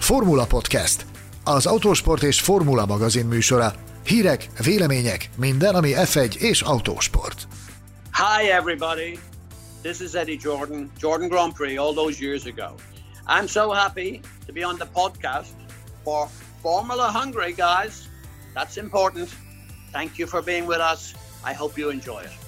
Formula Podcast, az autósport és formula magazin műsora. Hírek, vélemények, minden, ami F1 és autósport. Hi everybody, this is Eddie Jordan, Jordan Grand Prix all those years ago. I'm so happy to be on the podcast for Formula Hungary, guys. That's important. Thank you for being with us. I hope you enjoy it.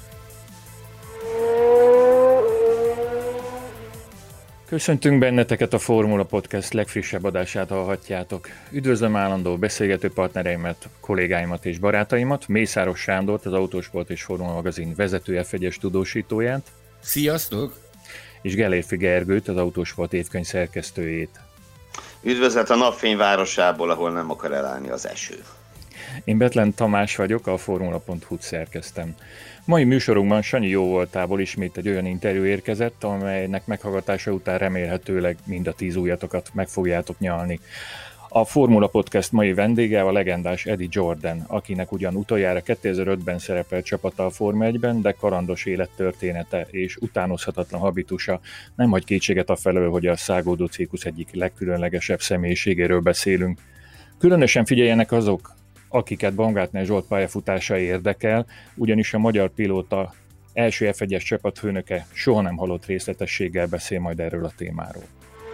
Köszöntünk benneteket, a Formula Podcast legfrissebb adását hallhatjátok. Üdvözlöm állandó beszélgető partnereimet, kollégáimat és barátaimat, Mészáros Sándort, az Autósport és Formula magazin vezető F1-es tudósítóját. Sziasztok! És Gellérfi Gergőt, az Autósport évkönyv szerkesztőjét. Üdvözlet a napfény városából, ahol nem akar elállni az eső. Én Betlen Tamás vagyok, a Formula.hu-t szerkeztem. Mai műsorunkban Sanyi Jóvoltából ismét egy olyan interjú érkezett, amelynek meghallgatása után remélhetőleg mind a 10 ujjatokat meg fogjátok nyalni. A Formula Podcast mai vendége a legendás Eddie Jordan, akinek ugyan utoljára 2005-ben szerepelt csapata a Forma 1-ben, de karandos élettörténete és utánozhatatlan habitusa nem hagy kétséget afelől, hogy a szágódó cirkusz egyik legkülönlegesebb személyiségéről beszélünk. Különösen figyeljenek azok, akiket Baumgartner Zsolt pályafutása érdekel, ugyanis a magyar pilóta első F1-es csapatfőnöke soha nem hallott részletességgel beszél majd erről a témáról.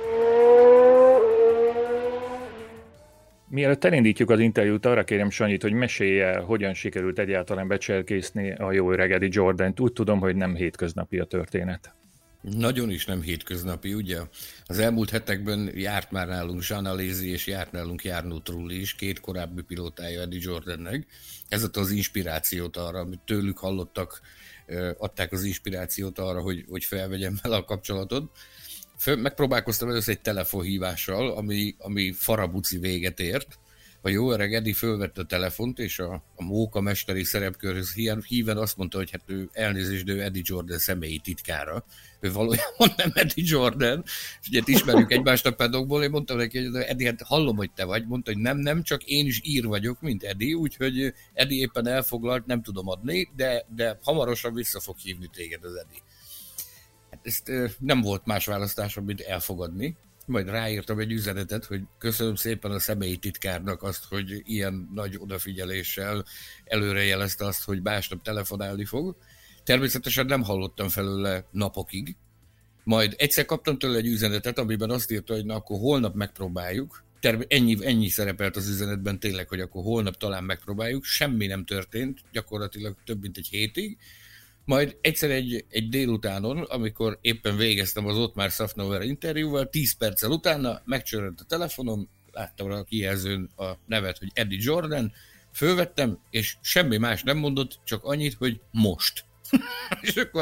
Mielőtt elindítjuk az interjút, arra kérem Sanyit, hogy mesélj el, hogyan sikerült egyáltalán becserkészni a jó öreg Eddie Jordant. Úgy tudom, hogy nem hétköznapi a történet. Nagyon is nem hétköznapi, ugye? Az elmúlt hetekben járt már nálunk Jean Alesi és járt nálunk Jarno Trulli is, két korábbi pilótája Eddie Jordannek. Ez adta az inspirációt arra, amit tőlük hallottak, adták az inspirációt arra, hogy felvegyem vele a kapcsolatot. Megpróbálkoztam először egy telefonhívással, ami farabuci véget ért. A jó öreg Eddie fölvette a telefont, és a móka mesteri szerepkörhöz híven azt mondta, hogy hát ő elnézést, de ő Eddie Jordan személyi titkára. Ő valójában nem Eddie Jordan, és ugye ismerjük egymást a paddockból, én mondtam neki, hogy Eddie, hát hallom, hogy te vagy. Mondta, hogy nem, csak én is ír vagyok, mint Eddie, úgyhogy Eddie éppen elfoglalt, nem tudom adni, de hamarosan vissza fog hívni téged az Eddie. Hát ezt nem volt más választásom, mint elfogadni. Majd ráírtam egy üzenetet, hogy köszönöm szépen a személyi titkárnak azt, hogy ilyen nagy odafigyeléssel előrejelezte azt, hogy másnap telefonálni fog. Természetesen nem hallottam felőle napokig. Majd egyszer kaptam tőle egy üzenetet, amiben azt írta, hogy na akkor holnap megpróbáljuk. Ennyi szerepelt az üzenetben tényleg, hogy akkor holnap talán megpróbáljuk. Semmi nem történt, gyakorlatilag több mint egy hétig. Majd egyszer egy délutánon, amikor éppen végeztem az Ottmar Szafnauer interjúval, 10 perccel utána megcsörrent a telefonom, láttam a kijelzőn a nevet, hogy Eddie Jordan, fölvettem, és semmi más nem mondott, csak annyit, hogy most. És akkor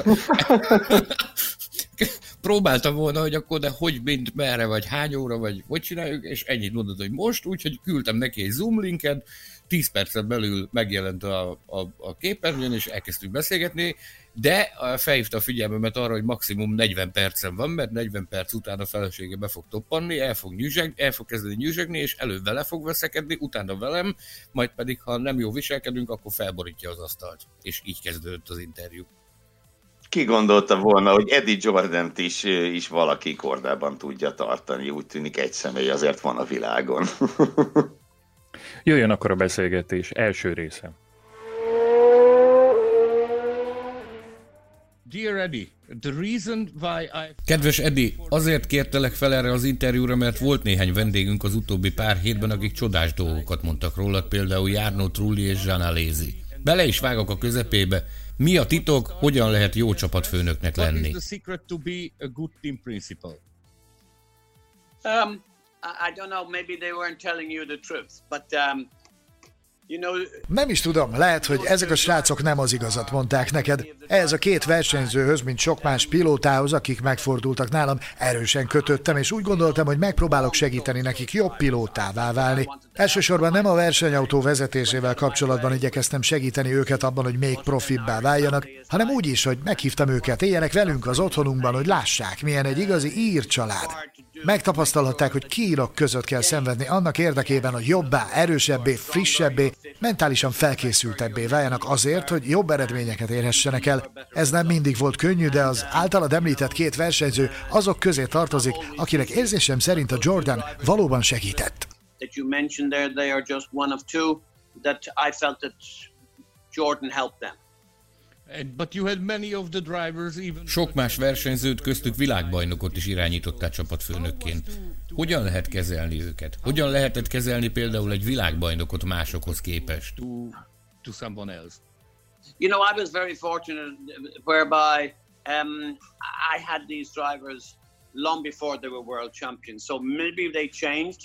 próbáltam volna, hogy akkor de hogy, mint, merre, vagy hány óra, vagy hogy csináljuk, és ennyit mondott, hogy most, úgyhogy küldtem neki egy Zoom linket, 10 percen belül megjelent a képernyőn, és elkezdtünk beszélgetni, de felhívta a figyelmemet arra, hogy maximum 40 percen van, mert 40 perc után a felesége be fog toppanni, el fog kezdeni nyüzsegni, és előbb vele fog veszekedni, utána velem, majd pedig, ha nem jó viselkedünk, akkor felborítja az asztalt. És így kezdődött az interjú. Ki gondolta volna, hogy Eddie Jordant is valaki kordában tudja tartani, úgy tűnik egy személy azért van a világon. Jöjjön akkor a beszélgetés első része. Dear Eddie, Kedves Eddie, azért kértelek fel erre az interjúra, mert volt néhány vendégünk az utóbbi pár hétben, akik csodás dolgokat mondtak rólad, például Jarno Trulli és Jean Alesi. Bele is vágok a közepébe. Mi a titok, hogyan lehet jó csapatfőnöknek lenni? I don't know, maybe they weren't telling you the truth, but Nem is tudom, lehet, hogy ezek a srácok nem az igazat mondták neked. Ez a két versenyzőhöz, mint sok más pilótához, akik megfordultak nálam, erősen kötöttem, és úgy gondoltam, hogy megpróbálok segíteni nekik jobb pilótává válni. Elsősorban nem a versenyautó vezetésével kapcsolatban igyekeztem segíteni őket abban, hogy még profibbá váljanak, hanem úgy is, hogy meghívtam őket, éljenek velünk az otthonunkban, hogy lássák, milyen egy igazi ír család. Megtapasztalhatták, hogy kílók között kell szenvedni annak érdekében, hogy jobbá, erősebbé, frissebbé mentálisan felkészültebbé váljanak azért, hogy jobb eredményeket érhessenek el. Ez nem mindig volt könnyű, de az általad említett két versenyző azok közé tartozik, akinek érzésem szerint a Jordan valóban segített. Sok más versenyzőt, köztük világbajnokot is irányítottál csapatfőnökként. Hogyan lehet kezelni őket? Hogyan lehetett kezelni például egy világbajnokot másokhoz képest? You know, I was very fortunate whereby I had these drivers long before they were world champions. So maybe they changed.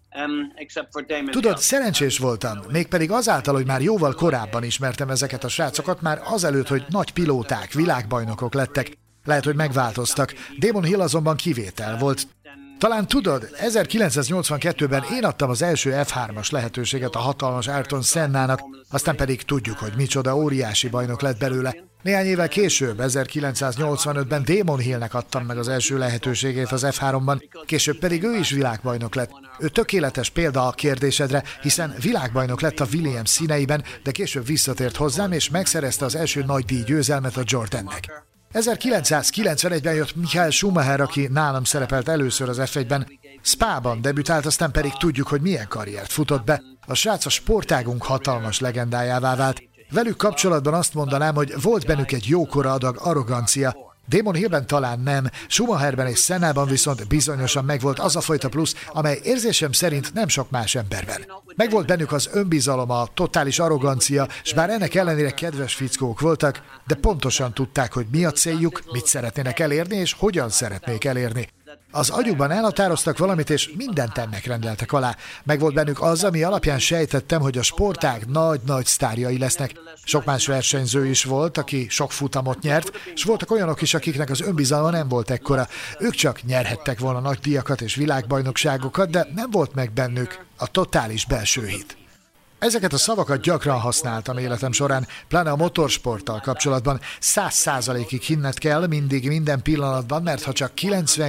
Tudod, szerencsés voltam, mégpedig azáltal, hogy már jóval korábban ismertem ezeket a srácokat, már azelőtt, hogy nagy pilóták, világbajnokok lettek. Lehet, hogy megváltoztak. Damon Hill azonban kivétel volt. Talán tudod, 1982-ben én adtam az első F3-as lehetőséget a hatalmas Ayrton Sennának, aztán pedig tudjuk, hogy micsoda óriási bajnok lett belőle. Néhány évvel később, 1985-ben Damon Hillnek adtam meg az első lehetőségét az F3-ban, később pedig ő is világbajnok lett. Ő tökéletes példa a kérdésedre, hiszen világbajnok lett a Williams színeiben, de később visszatért hozzám és megszerezte az első nagy díj győzelmet a Jordannek. 1991-ben jött Michael Schumacher, aki nálam szerepelt először az F1-ben. Spa-ban debütált, aztán pedig tudjuk, hogy milyen karriert futott be. A srác a sportágunk hatalmas legendájává vált. Velük kapcsolatban azt mondanám, hogy volt bennük egy jókora adag arrogancia. Damon Hillben talán nem, Schumacherben és Sennában viszont bizonyosan megvolt az a fajta plusz, amely érzésem szerint nem sok más emberben. Megvolt bennük az önbizalom, a totális arrogancia, s bár ennek ellenére kedves fickók voltak, de pontosan tudták, hogy mi a céljuk, mit szeretnének elérni és hogyan szeretnék elérni. Az agyukban elhatároztak valamit, és mindent ennek rendeltek alá. Megvolt bennük az, ami alapján sejtettem, hogy a sportág nagy-nagy sztárjai lesznek. Sok más versenyző is volt, aki sok futamot nyert, és voltak olyanok is, akiknek az önbizalma nem volt ekkora. Ők csak nyerhettek volna nagy díjakat és világbajnokságokat, de nem volt meg bennük a totális belső hit. Ezeket a szavakat gyakran használtam életem során, pláne a motorsporttal kapcsolatban. 100%-ig hinned kell mindig, minden pillanatban, mert ha csak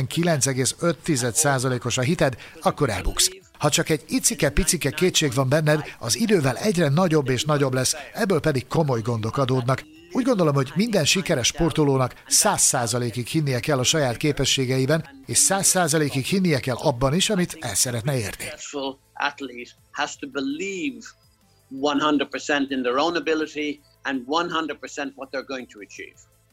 99,5%-os a hited, akkor elbuksz. Ha csak egy icike-picike kétség van benned, az idővel egyre nagyobb és nagyobb lesz, ebből pedig komoly gondok adódnak. Úgy gondolom, hogy minden sikeres sportolónak 100%-ig hinnie kell a saját képességeiben, és 100%-ig hinnie kell abban is, amit el szeretne érni. 100% in their own ability and 100% what they're going to achieve.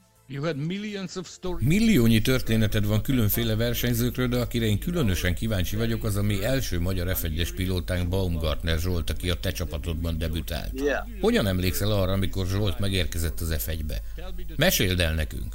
Milliónyi történeted van különféle versenyzőkről, de akire én különösen kíváncsi vagyok, az a mi első magyar F1-es pilótánk Baumgartner Zsolt, aki a te csapatodban debütált. Yeah. Hogyan emlékszel arra, amikor Zsolt megérkezett az F1-be? Meséld el nekünk!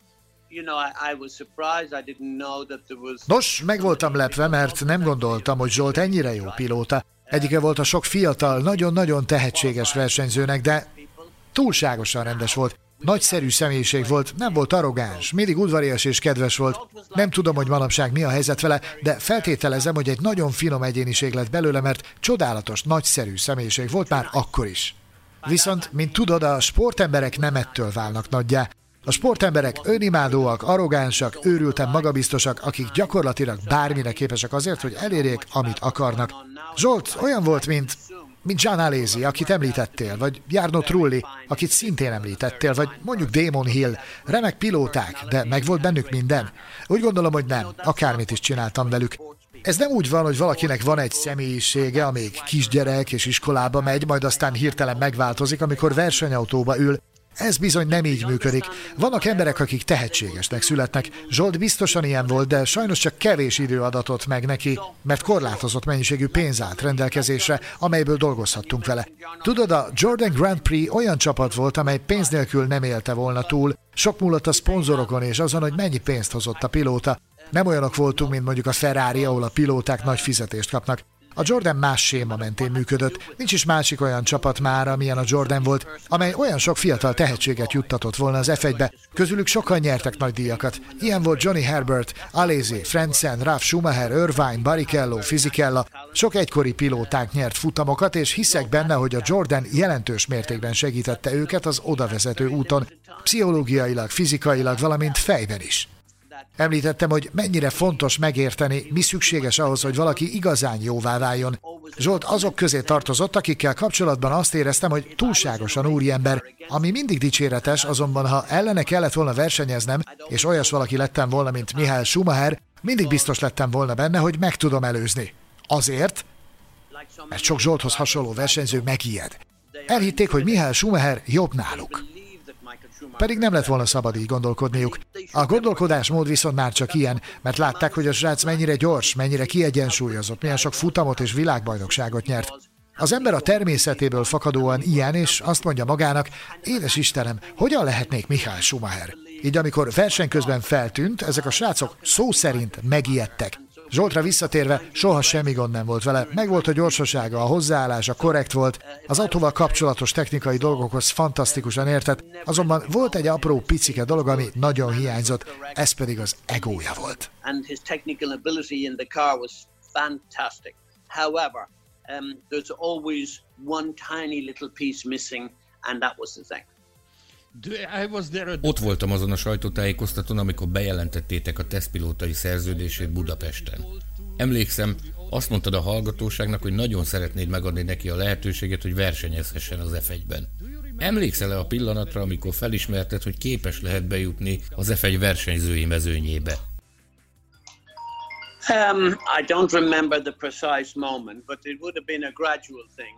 Nos, meg voltam lepve, mert nem gondoltam, hogy Zsolt ennyire jó pilóta. Egyike volt a sok fiatal, nagyon-nagyon tehetséges versenyzőnek, de túlságosan rendes volt. Nagyszerű személyiség volt, nem volt arrogáns, mindig udvarias és kedves volt. Nem tudom, hogy manapság mi a helyzet vele, de feltételezem, hogy egy nagyon finom egyéniség lett belőle, mert csodálatos, nagyszerű személyiség volt már akkor is. Viszont, mint tudod, a sportemberek nem ettől válnak nagyjá. A sportemberek önimádóak, arrogánsak, őrülten magabiztosak, akik gyakorlatilag bármire képesek azért, hogy elérjék, amit akarnak. Zsolt olyan volt, mint Gian Alesi, akit említettél, vagy Jarno Trulli, akit szintén említettél, vagy mondjuk Damon Hill. Remek pilóták, de megvolt bennük minden? Úgy gondolom, hogy nem, akármit is csináltam velük. Ez nem úgy van, hogy valakinek van egy személyisége, amíg kisgyerek és iskolába megy, majd aztán hirtelen megváltozik, amikor versenyautóba ül. Ez bizony nem így működik. Vannak emberek, akik tehetségesnek születnek. Zsolt biztosan ilyen volt, de sajnos csak kevés idő adatott meg neki, mert korlátozott mennyiségű pénz állt rendelkezésre, amelyből dolgozhattunk vele. Tudod, a Jordan Grand Prix olyan csapat volt, amely pénz nélkül nem élte volna túl. Sok múlott a szponzorokon és azon, hogy mennyi pénzt hozott a pilóta. Nem olyanok voltunk, mint mondjuk a Ferrari, ahol a pilóták nagy fizetést kapnak. A Jordan más séma mentén működött, nincs is másik olyan csapat már, amilyen a Jordan volt, amely olyan sok fiatal tehetséget juttatott volna az F1-be. Közülük sokan nyertek nagy díjakat. Ilyen volt Johnny Herbert, Alesi, Frentzen, Ralf Schumacher, Irvine, Barrichello, Fisichella. Sok egykori pilóták nyert futamokat, és hiszek benne, hogy a Jordan jelentős mértékben segítette őket az odavezető úton, pszichológiailag, fizikailag, valamint fejben is. Említettem, hogy mennyire fontos megérteni, mi szükséges ahhoz, hogy valaki igazán jóvá váljon. Zsolt azok közé tartozott, akikkel kapcsolatban azt éreztem, hogy túlságosan úriember, ami mindig dicséretes, azonban ha ellene kellett volna versenyeznem, és olyas valaki lettem volna, mint Michael Schumacher, mindig biztos lettem volna benne, hogy meg tudom előzni. Azért, mert sok Zsolthoz hasonló versenyző megijed. Elhitték, hogy Michael Schumacher jobb náluk. Pedig nem lett volna szabad így gondolkodniuk. A gondolkodásmód viszont már csak ilyen, mert látták, hogy a srác mennyire gyors, mennyire kiegyensúlyozott, milyen sok futamot és világbajnokságot nyert. Az ember a természetéből fakadóan ilyen, és azt mondja magának, édes Istenem, hogyan lehetnék Michael Schumacher? Így amikor verseny közben feltűnt, ezek a srácok szó szerint megijedtek. Zsoltra visszatérve, soha semmi gond nem volt vele, megvolt a gyorsasága, a hozzáállása korrekt volt, az autóval kapcsolatos technikai dolgokhoz fantasztikusan értett, azonban volt egy apró picike dolog, ami nagyon hiányzott, ez pedig az egója volt. There's always one tiny little piece missing, and that was the thing. Ott voltam azon a sajtótájékoztatón, amikor bejelentettétek a tesztpilótai szerződését Budapesten. Emlékszem, azt mondtad a hallgatóságnak, hogy nagyon szeretnéd megadni neki a lehetőséget, hogy versenyezhessen az F1-ben. Emlékszel-e a pillanatra, amikor felismerted, hogy képes lehet bejutni az F1 versenyzői mezőnyébe? I don't remember the precise moment, but it would have been a gradual thing.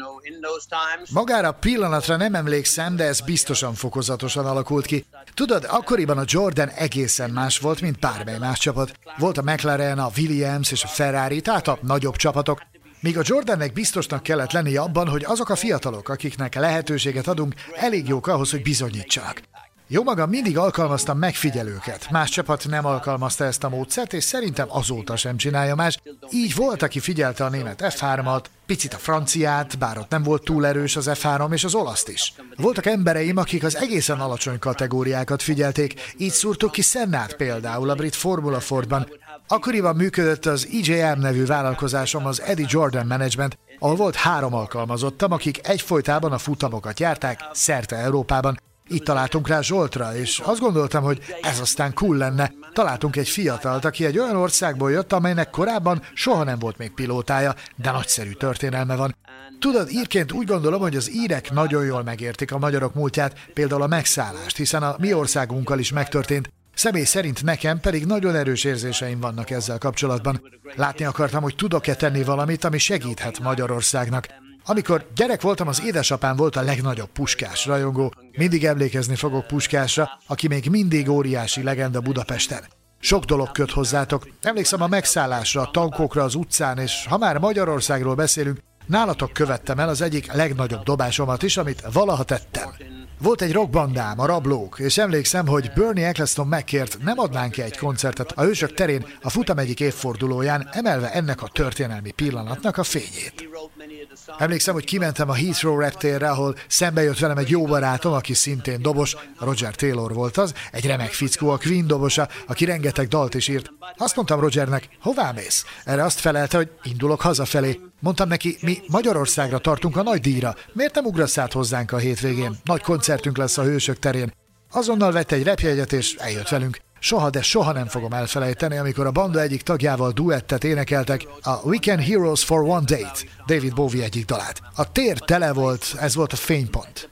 Magára a pillanatra nem emlékszem, de ez biztosan fokozatosan alakult ki. Tudod, akkoriban a Jordan egészen más volt, mint bármely más csapat. Volt a McLaren, a Williams és a Ferrari, tehát a nagyobb csapatok. Míg a Jordannek biztosnak kellett lennie abban, hogy azok a fiatalok, akiknek lehetőséget adunk, elég jók ahhoz, hogy bizonyítsanak. Jó magam mindig alkalmaztam megfigyelőket. Más csapat nem alkalmazta ezt a módszert, és szerintem azóta sem csinálja más. Így volt, aki figyelte a német F3-at, picit a franciát, bár ott nem volt túl erős az F3, és az olaszt is. Voltak embereim, akik az egészen alacsony kategóriákat figyelték, így szúrtuk ki Sennát például a brit Formula Fordban. Akkoriban működött az EJM nevű vállalkozásom, az Eddie Jordan Management, ahol volt 3 alkalmazottam, akik egyfolytában a futamokat járták szerte Európában. Itt találtunk rá Zsoltra, és azt gondoltam, hogy ez aztán cool lenne. Találtunk egy fiatalt, aki egy olyan országból jött, amelynek korábban soha nem volt még pilótája, de nagyszerű történelme van. Tudod, írként úgy gondolom, hogy az írek nagyon jól megértik a magyarok múltját, például a megszállást, hiszen a mi országunkkal is megtörtént. Személy szerint nekem pedig nagyon erős érzéseim vannak ezzel kapcsolatban. Látni akartam, hogy tudok-e tenni valamit, ami segíthet Magyarországnak. Amikor gyerek voltam, az édesapám volt a legnagyobb Puskás rajongó. Mindig emlékezni fogok Puskásra, aki még mindig óriási legenda Budapesten. Sok dolog köt hozzátok. Emlékszem a megszállásra, a tankokra az utcán, és ha már Magyarországról beszélünk, nálatok követtem el az egyik legnagyobb dobásomat is, amit valaha tettem. Volt egy rockbandám, a Rablók, és emlékszem, hogy Bernie Eccleston megkért, nem adnánk-e egy koncertet a Hősök terén a futam egyik évfordulóján, emelve ennek a történelmi pillanatnak a fényét. Emlékszem, hogy kimentem a Heathrow reptérre, ahol szembe jött velem egy jó barátom, aki szintén dobos, Roger Taylor volt az, egy remek fickó, a Queen dobosa, aki rengeteg dalt is írt. Azt mondtam Rogernek, hová mész? Erre azt felelte, hogy indulok hazafelé. Mondtam neki, mi Magyarországra tartunk a nagy díjra, miért nem ugrasz át hozzánk a hétvégén? Nagy koncertünk lesz a Hősök terén. Azonnal vett egy repjegyet és eljött velünk. Soha, de soha nem fogom elfelejteni, amikor a banda egyik tagjával duettet énekeltek, a Weekend Heroes for One Date, David Bowie egyik dalát. A tér tele volt, ez volt a fénypont.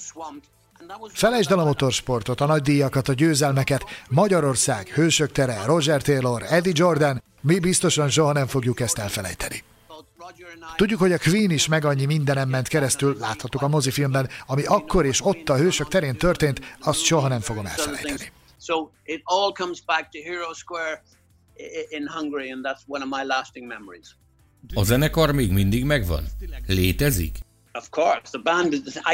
Felejtsd el a motorsportot, a nagy díjakat, a győzelmeket, Magyarország, Hősök tere, Roger Taylor, Eddie Jordan, mi biztosan soha nem fogjuk ezt elfelejteni. Tudjuk, hogy a Queen is meg annyi mindenem ment keresztül, láthattuk a mozifilmben, ami akkor és ott a Hősök terén történt, azt soha nem fogom elfelejteni. So it all comes back to Hero Square in Hungary, and that's one of my lasting memories. A zenekar még mindig megvan? Létezik? Of course, the band.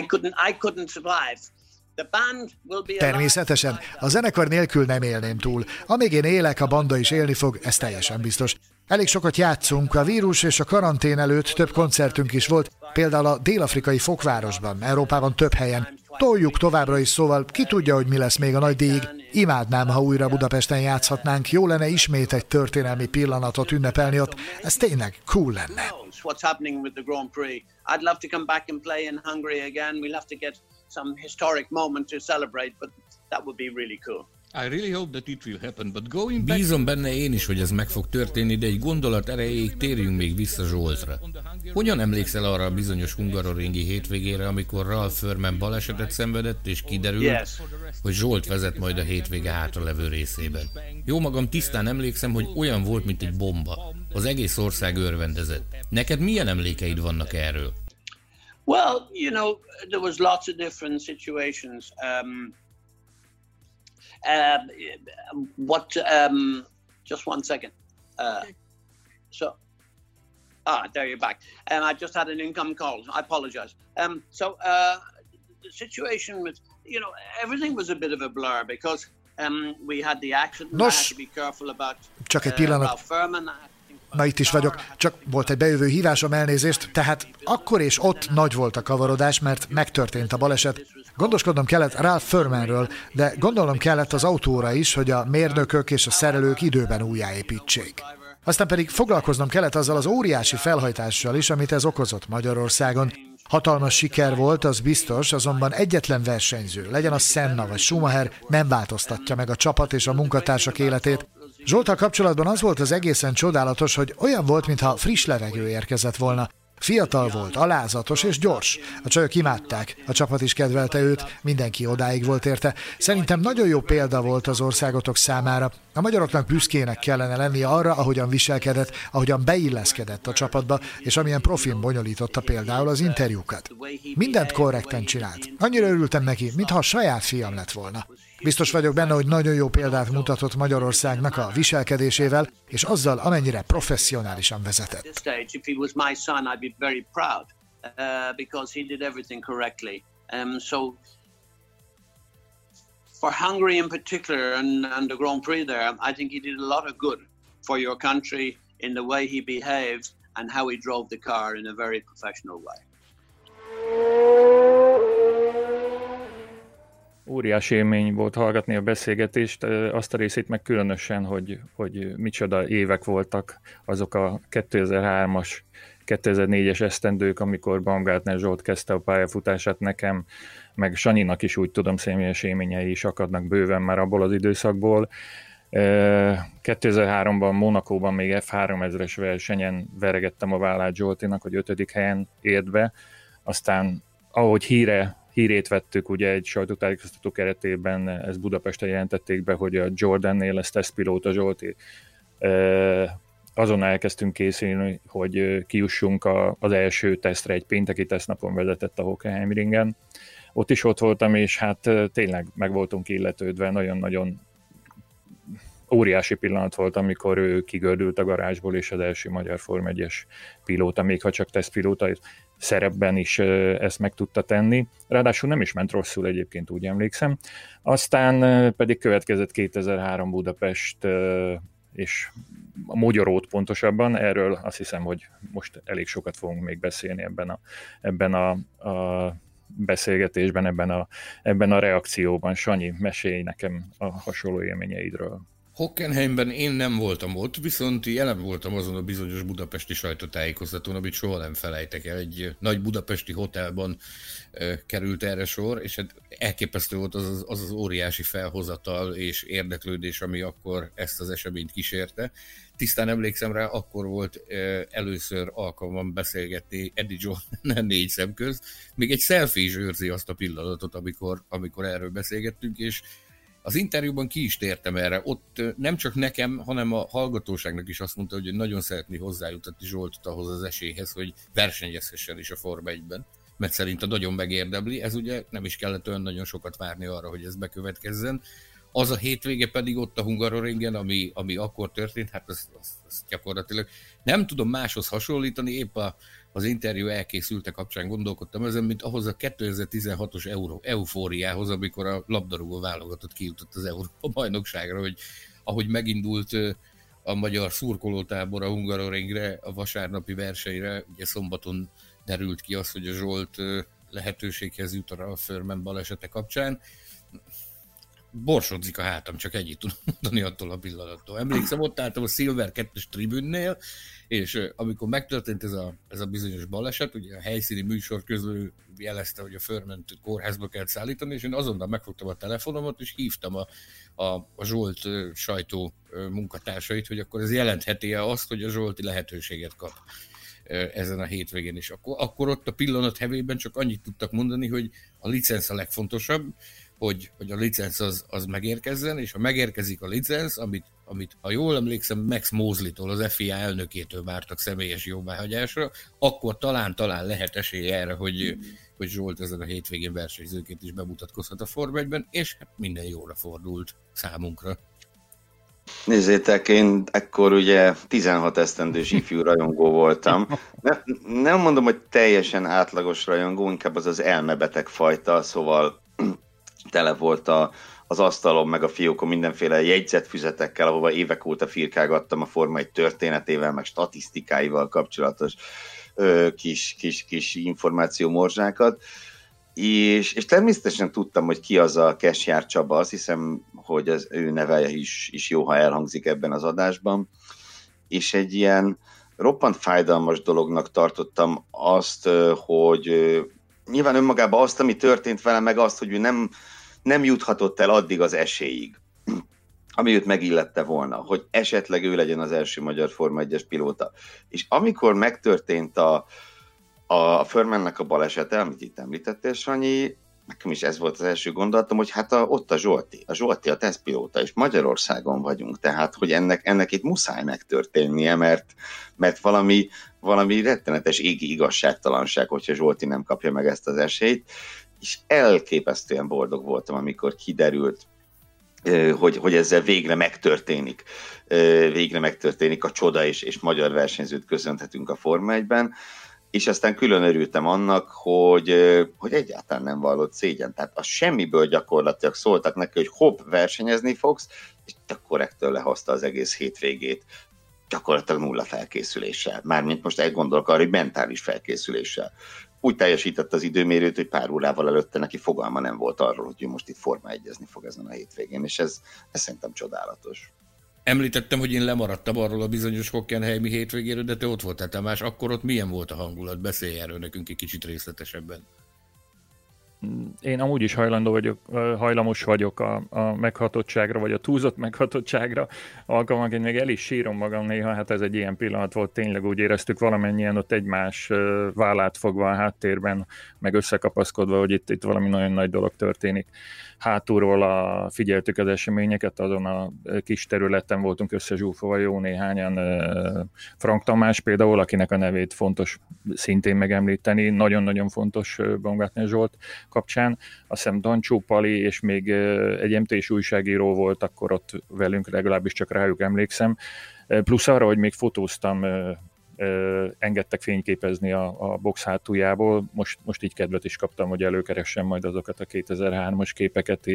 I couldn't survive. The band will be. Természetesen, a zenekar nélkül nem élném túl. Amíg én élek, a banda is élni fog, ez teljesen biztos. Elég sokat játszunk, a vírus és a karantén előtt több koncertünk is volt, például a dél-afrikai Fokvárosban, Európában több helyen. Toljuk továbbra is, szóval ki tudja, hogy mi lesz még a nagy díjig. Imádnám, ha újra Budapesten játszhatnánk, jó lenne ismét egy történelmi pillanatot ünnepelni ott, ez tényleg cool lenne. What's happening with the Grand Prix? I'd love to come back and play in Hungary again. We'll have to get some historic moment to celebrate, but that would be really cool. Bízom benne én is, hogy ez meg fog történni, de egy gondolat erejéig térjünk még vissza Zsoltra. Hogyan emlékszel arra a bizonyos hungaroringi hétvégére, amikor Ralph Furman balesetet szenvedett, és kiderült, hogy Zsolt vezet majd a hétvége hátralevő részében? Jó magam tisztán emlékszem, hogy olyan volt, mint egy bomba. Az egész ország örvendezett. Neked milyen emlékeid vannak erről? Well, there was lots of different situations. Just one second. There you're back. I just had an income call. I apologize. The situation with, everything was a bit of a blur because we had the accident. I had to be careful about csak egy pillanat. Ralph Furman. Na itt is vagyok, csak volt egy bejövő hívásom, elnézést, tehát akkor és ott nagy volt a kavarodás, mert megtörtént a baleset. Gondoskodnom kellett Ralph Furmanről, de gondolnom kellett az autóra is, hogy a mérnökök és a szerelők időben újjáépítsék. Aztán pedig foglalkoznom kellett azzal az óriási felhajtással is, amit ez okozott Magyarországon. Hatalmas siker volt, az biztos, azonban egyetlen versenyző, legyen az Senna vagy Schumacher, nem változtatja meg a csapat és a munkatársak életét. Zsolttal kapcsolatban az volt az egészen csodálatos, hogy olyan volt, mintha friss levegő érkezett volna. Fiatal volt, alázatos és gyors. A csajok imádták, a csapat is kedvelte őt, mindenki odáig volt érte. Szerintem nagyon jó példa volt az országotok számára. A magyaroknak büszkének kellene lennie arra, ahogyan viselkedett, ahogyan beilleszkedett a csapatba, és amilyen profin bonyolította például az interjúkat. Mindent korrekten csinált. Annyira örültem neki, mintha a saját fiam lett volna. Biztos vagyok benne, hogy nagyon jó példát mutatott Magyarországnak a viselkedésével, és azzal, amennyire professzionálisan vezetett. For Hungary in particular and the Grand Prix there, I think he did a lot of good for your country in the way he behaved and how he drove the car in a very professional way. Óriási élmény volt hallgatni a beszélgetést, azt a részét meg különösen, hogy micsoda évek voltak azok a 2003-as, 2004-es esztendők, amikor Baumgartner Zsolt kezdte a pályafutását nekem, meg Sanyinak is úgy tudom, személyes élményei is akadnak bőven már abból az időszakból. 2003-ban Monacóban még F3000-es versenyen veregettem a vállát Zsoltinak, hogy 5. helyen ért be, aztán ahogy hírét vettük, ugye egy sajtótájékoztató keretében, ezt Budapesten jelentették be, hogy a Jordannél lesz tesztpilóta Zsolti. Azon elkezdtünk készülni, hogy kijussunk az első tesztre, egy pénteki tesztnapon vezetett a Hockenheimringen. Ott is ott voltam, és hát tényleg meg voltunk illetődve, nagyon-nagyon óriási pillanat volt, amikor ő kigördült a garázsból, és az első magyar Form 1-es pilóta, még ha csak tesztpilóta szerepben is ezt meg tudta tenni. Ráadásul nem is ment rosszul egyébként, úgy emlékszem. Aztán pedig következett 2003 Budapest, és a Mogyorót pontosabban, erről azt hiszem, hogy most elég sokat fogunk még beszélni ebben a beszélgetésben, ebben a reakcióban. Sanyi, mesélj nekem a hasonló élményeidről. Hockenheimben én nem voltam ott, viszont jelen voltam azon a bizonyos budapesti sajtótájékoztatón, amit soha nem felejtek el. Egy nagy budapesti hotelban került erre sor, és hát elképesztő volt az óriási felhozatal és érdeklődés, ami akkor ezt az eseményt kísérte. Tisztán emlékszem rá, akkor volt először alkalmam beszélgetni Eddie Jordan 4 szem közt. Még egy selfie is őrzi azt a pillanatot, amikor erről beszélgettünk, és az interjúban ki is tértem erre. Ott nem csak nekem, hanem a hallgatóságnak is azt mondta, hogy nagyon szeretné hozzájutatni Zsoltot ahhoz az esélyhez, hogy versenyezhessen is a Forma 1-ben, mert szerint nagyon megérdemli. Ez ugye nem is kellett olyan nagyon sokat várni arra, hogy ez bekövetkezzen. Az a hétvége pedig ott a Hungaroringen, ami akkor történt, hát az gyakorlatilag nem tudom máshoz hasonlítani, épp az interjú elkészülte kapcsán gondolkodtam ezen, mint ahhoz a 2016-os eufóriához, amikor a labdarúgó válogatott kijutott az Európa-bajnokságra, hogy ahogy megindult a magyar szurkolótábor a Hungaroringre, a vasárnapi versenyre, ugye szombaton derült ki az, hogy a Zsolt lehetőséghez jut a Ralph Furman balesete kapcsán. borsodzik a hátam, csak ennyit tudom mondani attól a pillanattól. Emlékszem, ott álltam a Silver 2-es tribünnél, és amikor megtörtént ez a bizonyos baleset, ugye a helyszíni műsorközlő jelezte, hogy a Furman kórházba kell szállítani, és én azonnal megfogtam a telefonomat, és hívtam a Zsolt sajtó munkatársait, hogy akkor ez jelentheti-e azt, hogy a Zsolti lehetőséget kap ezen a hétvégén is. Akkor ott a pillanat hevében csak annyit tudtak mondani, hogy a licensz a legfontosabb, hogy a licensz az megérkezzen, és ha megérkezik a licensz, amit ha jól emlékszem, Max Mosley-tól, az FIA elnökétől vártak személyes jóváhagyásra, akkor talán lehet esély erre, hogy Zsolt ezen a hétvégén versenyzőként is bemutatkozhat a Forma 1-ben, és hát minden jóra fordult számunkra. Nézzétek, én ekkor ugye 16 esztendős ifjú rajongó voltam. Nem mondom, hogy teljesen átlagos rajongó, inkább az elmebeteg fajta, szóval tele volt az asztalon, meg a fiókon mindenféle jegyzetfüzetekkel, ahova évek óta firkálgattam a Forma 1 történetével, meg statisztikáival kapcsolatos kis információmorzsákat. És természetesen tudtam, hogy ki az a Kesjár Csaba, azt hiszem, hogy az ő neve is jó, ha elhangzik ebben az adásban. És egy ilyen roppant fájdalmas dolognak tartottam azt, hogy nyilván önmagában azt, ami történt vele, meg azt, hogy ő nem juthatott el addig az esélyig, ami őt megillette volna, hogy esetleg ő legyen az első magyar Forma 1-es pilóta. És amikor megtörtént a Furmannek a balesete, amit itt említettél, Sanyi, nekem is ez volt az első gondolatom, hogy hát ott a Zsolti a tesztpilóta, és Magyarországon vagyunk, tehát hogy ennek itt muszáj megtörténnie, mert valami rettenetes égi igazságtalanság, hogyha Zsolti nem kapja meg ezt az esélyt, és elképesztően boldog voltam, amikor kiderült, hogy ezzel végre megtörténik a csoda, és magyar versenyzőt köszönhetünk a Forma 1-ben, és aztán külön örültem annak, hogy egyáltalán nem vallott szégyen. Tehát a semmiből gyakorlatilag szóltak neki, hogy hopp, versenyezni fogsz, és tök korrektől lehozta az egész hétvégét. Gyakorlatilag nulla felkészüléssel. Mármint most elgondolok arra, hogy mentális felkészüléssel. Úgy teljesítette az időmérőt, hogy pár órával előtte neki fogalma nem volt arról, hogy ő most itt Forma 1-ezni fog ezen a hétvégén, és ez szerintem csodálatos. Említettem, hogy én lemaradtam arról a bizonyos Hockenheimi hétvégéről, de te ott voltál, Tamás, akkor ott milyen volt a hangulat? Beszélj erről nekünk egy kicsit részletesebben. Én amúgy is hajlamos vagyok a meghatottságra, vagy a túlzott meghatottságra. Alkalmanként még el is sírom magam néha, hát ez egy ilyen pillanat volt, tényleg úgy éreztük valamennyien ott egymás vállát fogva a háttérben, meg összekapaszkodva, hogy itt valami nagyon nagy dolog történik. Hátulról figyeltük az eseményeket, azon a kis területen voltunk összezsúfolva jó néhányan. Frank Tamás például, akinek a nevét fontos szintén megemlíteni, nagyon-nagyon fontos Baumgartner Zsolt kapcsán. Azt hiszem Dancsó Pali és még egy MT-s újságíró volt akkor ott velünk, legalábbis csak rájuk emlékszem. Plusz arra, hogy még fotóztam, engedtek fényképezni a box hátuljából. Most így kedvet is kaptam, hogy előkeressem majd azokat a 2003-as képeket,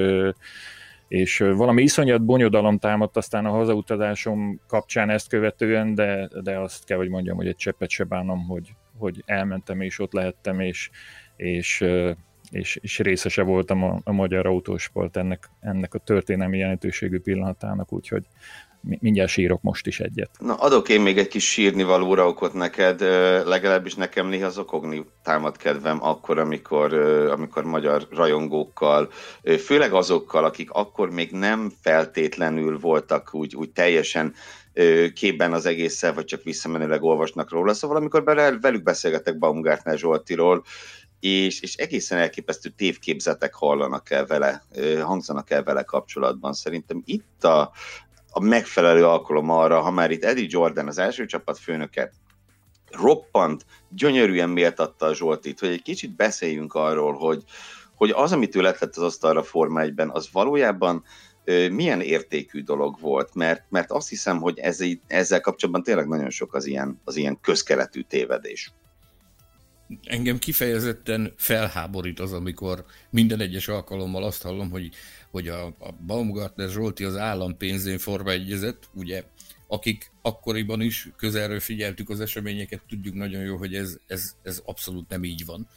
és valami iszonyat bonyodalom támadt aztán a hazautazásom kapcsán ezt követően, de azt kell, hogy mondjam, hogy egy cseppet se bánom, hogy elmentem és ott lehettem, és részese voltam a magyar autósport ennek a történelmi jelentőségű pillanatának, úgyhogy mindjárt sírok most is egyet. Na, adok én még egy kis sírnivalóra okot neked, legalábbis nekem néha zokogni támad kedvem akkor, amikor magyar rajongókkal, főleg azokkal, akik akkor még nem feltétlenül voltak úgy teljesen képben az egésszel, vagy csak visszamenőleg olvasnak róla, szóval amikor velük beszélgetek Baumgartner Zsoltiról, és egészen elképesztő tévképzetek hangzanak el vele kapcsolatban. Szerintem itt a megfelelő alkalom arra, ha már itt Eddie Jordan, az első csapat főnöke, roppant, gyönyörűen méltatta a Zsoltit, hogy egy kicsit beszéljünk arról, hogy az, amit ő lett az asztalra Forma 1-ben, az valójában milyen értékű dolog volt, mert azt hiszem, hogy ezzel kapcsolatban tényleg nagyon sok az ilyen közkeletű tévedés. Engem kifejezetten felháborít az, amikor minden egyes alkalommal azt hallom, hogy a Baumgartner Zsolti az állampénzén Forma 1-ezett, ugye, akik akkoriban is közelről figyeltük az eseményeket, tudjuk nagyon jó, hogy ez abszolút nem így van.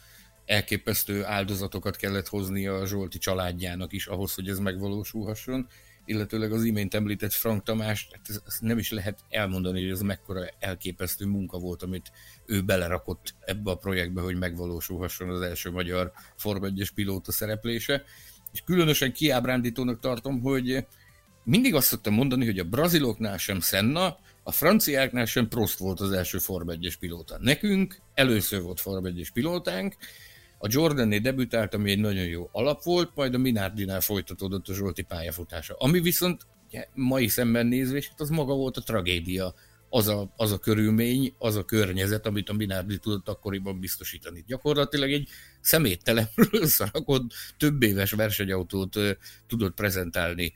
elképesztő áldozatokat kellett hoznia a Zsolti családjának is ahhoz, hogy ez megvalósulhasson, illetőleg az imént említett Frank Tamás, ezt nem is lehet elmondani, hogy ez mekkora elképesztő munka volt, amit ő belerakott ebbe a projektbe, hogy megvalósulhasson az első magyar Forma 1-es pilóta szereplése. És különösen kiábrándítónak tartom, hogy mindig azt szoktam mondani, hogy a braziloknál sem Senna, a franciáknál sem Prost volt az első Forma 1-es pilóta. Nekünk először volt Forma 1-es pilótánk, a Jordannél debütált, ami egy nagyon jó alap volt, majd a Minardinál folytatódott a Zsolti pályafutása. Ami viszont ugye, mai szemben nézve, és az maga volt a tragédia, az a körülmény, az a környezet, amit a Minardi tudott akkoriban biztosítani. Gyakorlatilag egy szeméttelemről összerakott több éves versenyautót tudott prezentálni.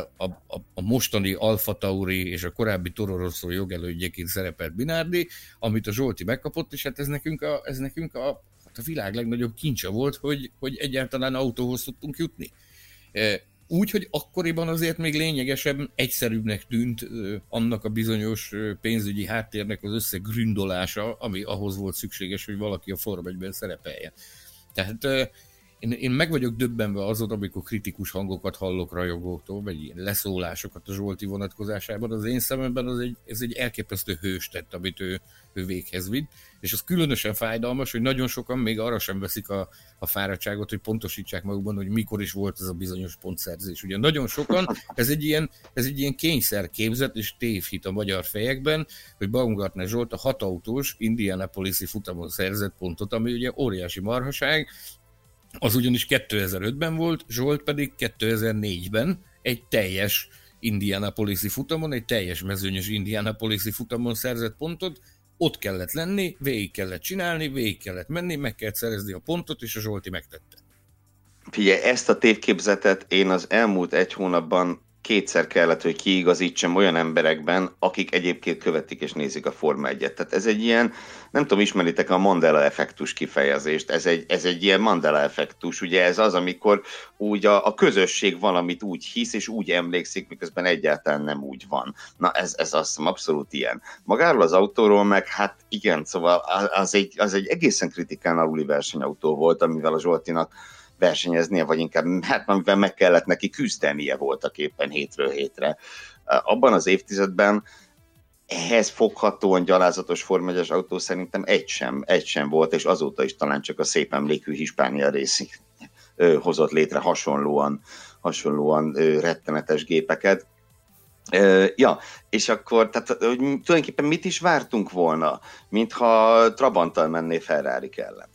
A mostani Alfa Tauri és a korábbi Toro Rosso jogelődjeként szerepelt Minardi, amit a Zsolti megkapott, és hát ez nekünk a világ legnagyobb kincse volt, hogy egyáltalán autóhoz tudtunk jutni. Úgy, hogy akkoriban azért még lényegesen egyszerűbbnek tűnt annak a bizonyos pénzügyi háttérnek az összegründolása, ami ahhoz volt szükséges, hogy valaki a Forma 1-ben szerepeljen. Tehát én meg vagyok döbbenve azon, amikor kritikus hangokat hallok rajongóktól, vagy ilyen leszólásokat a Zsolti vonatkozásában. Az én szememben ez egy elképesztő hőstett, amit ő véghez vitt, és az különösen fájdalmas, hogy nagyon sokan még arra sem veszik a fáradtságot, hogy pontosítsák magukban, hogy mikor is volt ez a bizonyos pontszerzés. Ugye nagyon sokan, ez egy ilyen kényszerképzet és tévhit a magyar fejekben, hogy Baumgartner Zsolt a 6 autós Indianapolisi futamon szerzett pontot, ami ugye óriási marhaság. Az ugyanis 2005-ben volt, Zsolt pedig 2004-ben egy teljes Indianapolisi futamon, egy teljes mezőnyös Indianapolisi futamon szerzett pontot, ott kellett lenni, végig kellett csinálni, végig kellett menni, meg kellett szerezni a pontot, és a Zsolti megtette. Figyelj, ezt a tévképzetet én az elmúlt 1 hónapban 2-szer kellett, hogy kiigazítsam olyan emberekben, akik egyébként követik és nézik a Forma 1-et. Tehát ez egy ilyen, nem tudom, ismeritek a Mandela-effektus kifejezést, ez egy ilyen Mandela-effektus, ugye ez az, amikor úgy a közösség valamit úgy hisz, és úgy emlékszik, miközben egyáltalán nem úgy van. Na ez azt hiszem abszolút ilyen. Magáról az autóról meg, hát igen, szóval az egy egészen kritikán aluli versenyautó volt, amivel a Zsoltinak versenyeznie, vagy inkább hát amivel meg kellett neki küzdenie voltak éppen hétről hétre. Abban az évtizedben ehhez foghatóan gyalázatos Forma 1-es autó szerintem egy sem volt, és azóta is talán csak a szép emlékű Hispania Racing hozott létre hasonlóan rettenetes gépeket. Ja, és akkor tehát, tulajdonképpen mit is vártunk volna, mintha Trabanttal menné Ferrari ellen?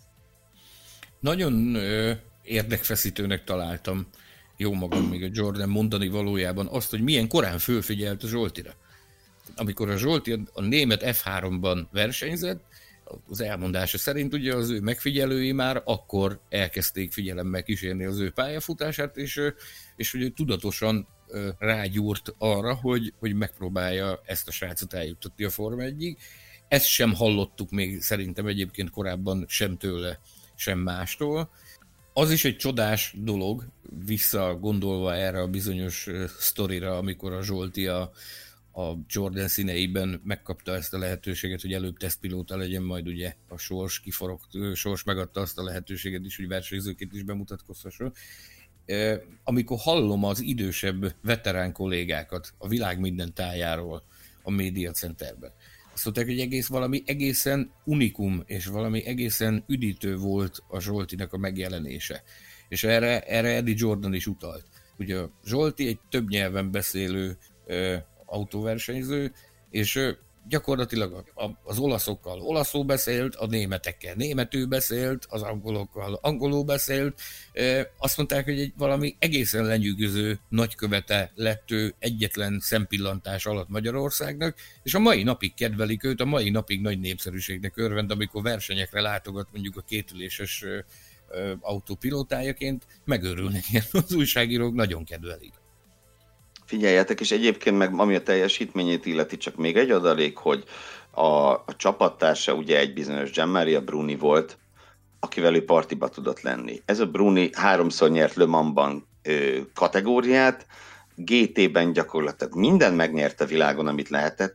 Nagyon érdekfeszítőnek találtam jó magam még a Jordan mondani valójában azt, hogy milyen korán fölfigyelt a Zsoltira. Amikor a Zsolti a német F3-ban versenyzett, az elmondása szerint ugye az ő megfigyelői már akkor elkezdték figyelemmel kísérni az ő pályafutását, és ugye tudatosan rágyúrt arra, hogy megpróbálja ezt a srácot eljuttatni a Forma 1-ig. Ezt sem hallottuk még szerintem egyébként korábban sem tőle, sem mástól. Az is egy csodás dolog, visszagondolva erre a bizonyos sztorira, amikor a Zsolti a Jordan színeiben megkapta ezt a lehetőséget, hogy előbb tesztpilóta legyen, majd ugye a sors megadta azt a lehetőséget is, hogy versenyzőként is bemutatkozhasson. Amikor hallom az idősebb veterán kollégákat a világ minden tájáról a Media Centerben, azt mondták, hogy valami egészen unikum, és valami egészen üdítő volt a Zsoltinak a megjelenése. És erre Eddie Jordan is utalt. Ugye a Zsolti egy több nyelven beszélő autóversenyző, és gyakorlatilag az olaszokkal olaszul beszélt, a németekkel németül beszélt, az angolokkal angolul beszélt. Azt mondták, hogy valami egészen lenyűgöző nagykövete lett ő egyetlen szempillantás alatt Magyarországnak, és a mai napig kedvelik őt, a mai napig nagy népszerűségnek örvend, amikor versenyekre látogat mondjuk a kétüléses autópilótájaként, megőrülnek ilyen az újságírók, nagyon kedvelik. Figyeljetek, és egyébként meg ami a teljesítményét illeti, csak még egy adalék, hogy a csapattársa ugye egy bizonyos Gianmaria Bruni volt, akivel ő partiba tudott lenni. Ez a Bruni 3-szor nyert Le Mansban kategóriát, GT-ben gyakorlatilag mindent megnyert a világon, amit lehetett. Egy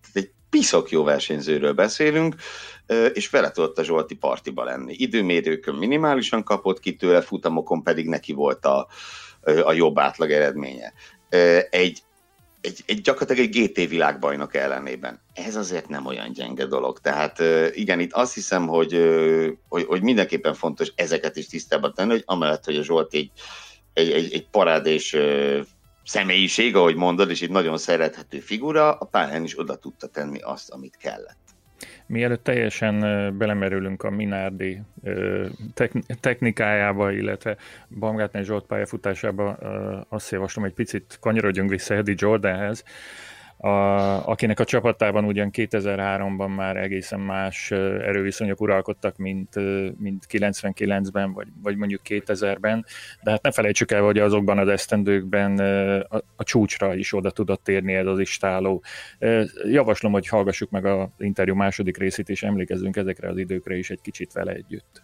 piszok jó versenyzőről beszélünk, és vele tudott a Zsolti partiba lenni. Időmérőkön minimálisan kapott ki tőle, futamokon pedig neki volt a jobb átlag eredménye. Gyakorlatilag egy GT világbajnok ellenében. Ez azért nem olyan gyenge dolog. Tehát igen, itt azt hiszem, hogy mindenképpen fontos ezeket is tisztában tenni, hogy amellett, hogy a Zsolti egy parádés személyiség, ahogy mondod, és egy nagyon szerethető figura, a pályán is oda tudta tenni azt, amit kellett. Mielőtt teljesen belemerülünk a Minardi technikájába, illetve Baumgartner Zsolt pályafutásába, azt javaslom, hogy picit kanyarodjunk vissza Eddie Jordanhez, akinek a csapatában ugyan 2003-ban már egészen más erőviszonyok uralkodtak, mint 99-ben, vagy mondjuk 2000-ben, de hát ne felejtsük el, hogy azokban az esztendőkben a csúcsra is oda tudott érni ez az istáló. Javaslom, hogy hallgassuk meg az interjú második részét, és emlékezzünk ezekre az időkre is egy kicsit vele együtt.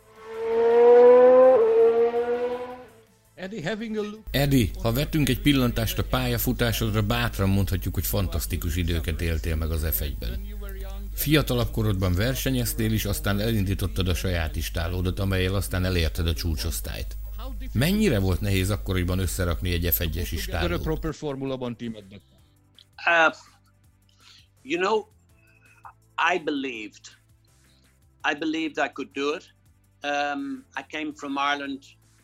Eddie, ha vetünk egy pillantást a pályafutásodra, bátran mondhatjuk, hogy fantasztikus időket éltél meg az F1-ben. Fiatalabb korodban versenyeztél is, aztán elindítottad a saját istálódat, amellyel aztán elérted a csúcsosztályt. Mennyire volt nehéz akkoriban összerakni egy F1-es istálót? I believed I could do it. I came from Ireland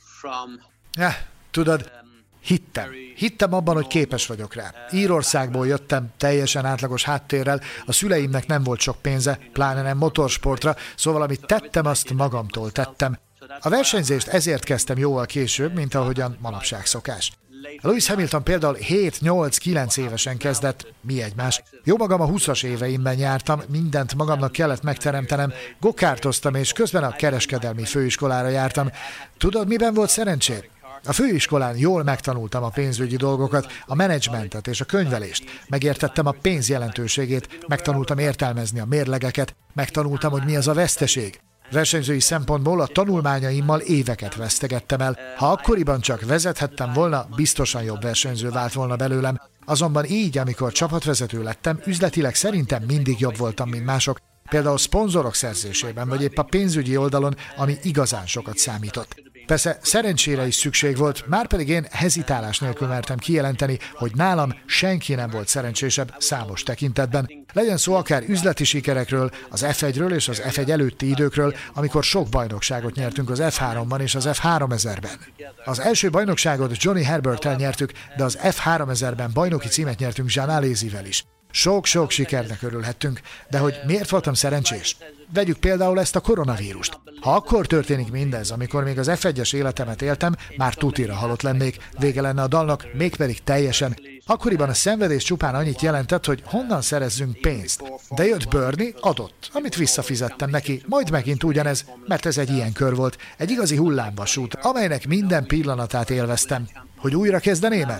Tudod, hittem abban, hogy képes vagyok rá. Írországból jöttem, teljesen átlagos háttérrel, a szüleimnek nem volt sok pénze, pláne nem motorsportra, szóval amit tettem, azt magamtól tettem. A versenyzést ezért kezdtem jóval később, mint ahogyan manapság szokás. Lewis Hamilton például 7-8-9 évesen kezdett, mi egymás. Jó magam a 20-as éveimben jártam, mindent magamnak kellett megteremtenem, gokártoztam, és közben a kereskedelmi főiskolára jártam. Tudod, miben volt szerencsém? A főiskolán jól megtanultam a pénzügyi dolgokat, a menedzsmentet és a könyvelést. Megértettem a pénz jelentőségét, megtanultam értelmezni a mérlegeket, megtanultam, hogy mi az a veszteség. Versenyzői szempontból a tanulmányaimmal éveket vesztegettem el. Ha akkoriban csak vezethettem volna, biztosan jobb versenyző vált volna belőlem. Azonban így, amikor csapatvezető lettem, üzletileg szerintem mindig jobb voltam, mint mások. Például szponzorok szerzésében, vagy épp a pénzügyi oldalon, ami igazán sokat számított. Persze szerencsére is szükség volt, márpedig én hezitálás nélkül mertem kijelenteni, hogy nálam senki nem volt szerencsésebb számos tekintetben. Legyen szó akár üzleti sikerekről, az F1-ről és az F1 előtti időkről, amikor sok bajnokságot nyertünk az F3-ban és az F3000-ben. Az első bajnokságot Johnny Herberttel nyertük, de az F3000-ben bajnoki címet nyertünk Jean Alesivel is. Sok-sok sikernek örülhettünk, de hogy miért voltam szerencsés? Vegyük például ezt a koronavírust. Ha akkor történik mindez, amikor még az F1-es életemet éltem, már tutira halott lennék, vége lenne a dalnak, mégpedig teljesen. Akkoriban a szenvedés csupán annyit jelentett, hogy honnan szerezzünk pénzt. De jött Bernie, adott, amit visszafizettem neki, majd megint ugyanez, mert ez egy ilyen kör volt, egy igazi hullámvasút, amelynek minden pillanatát élveztem. Hogy újra kezdeném-e?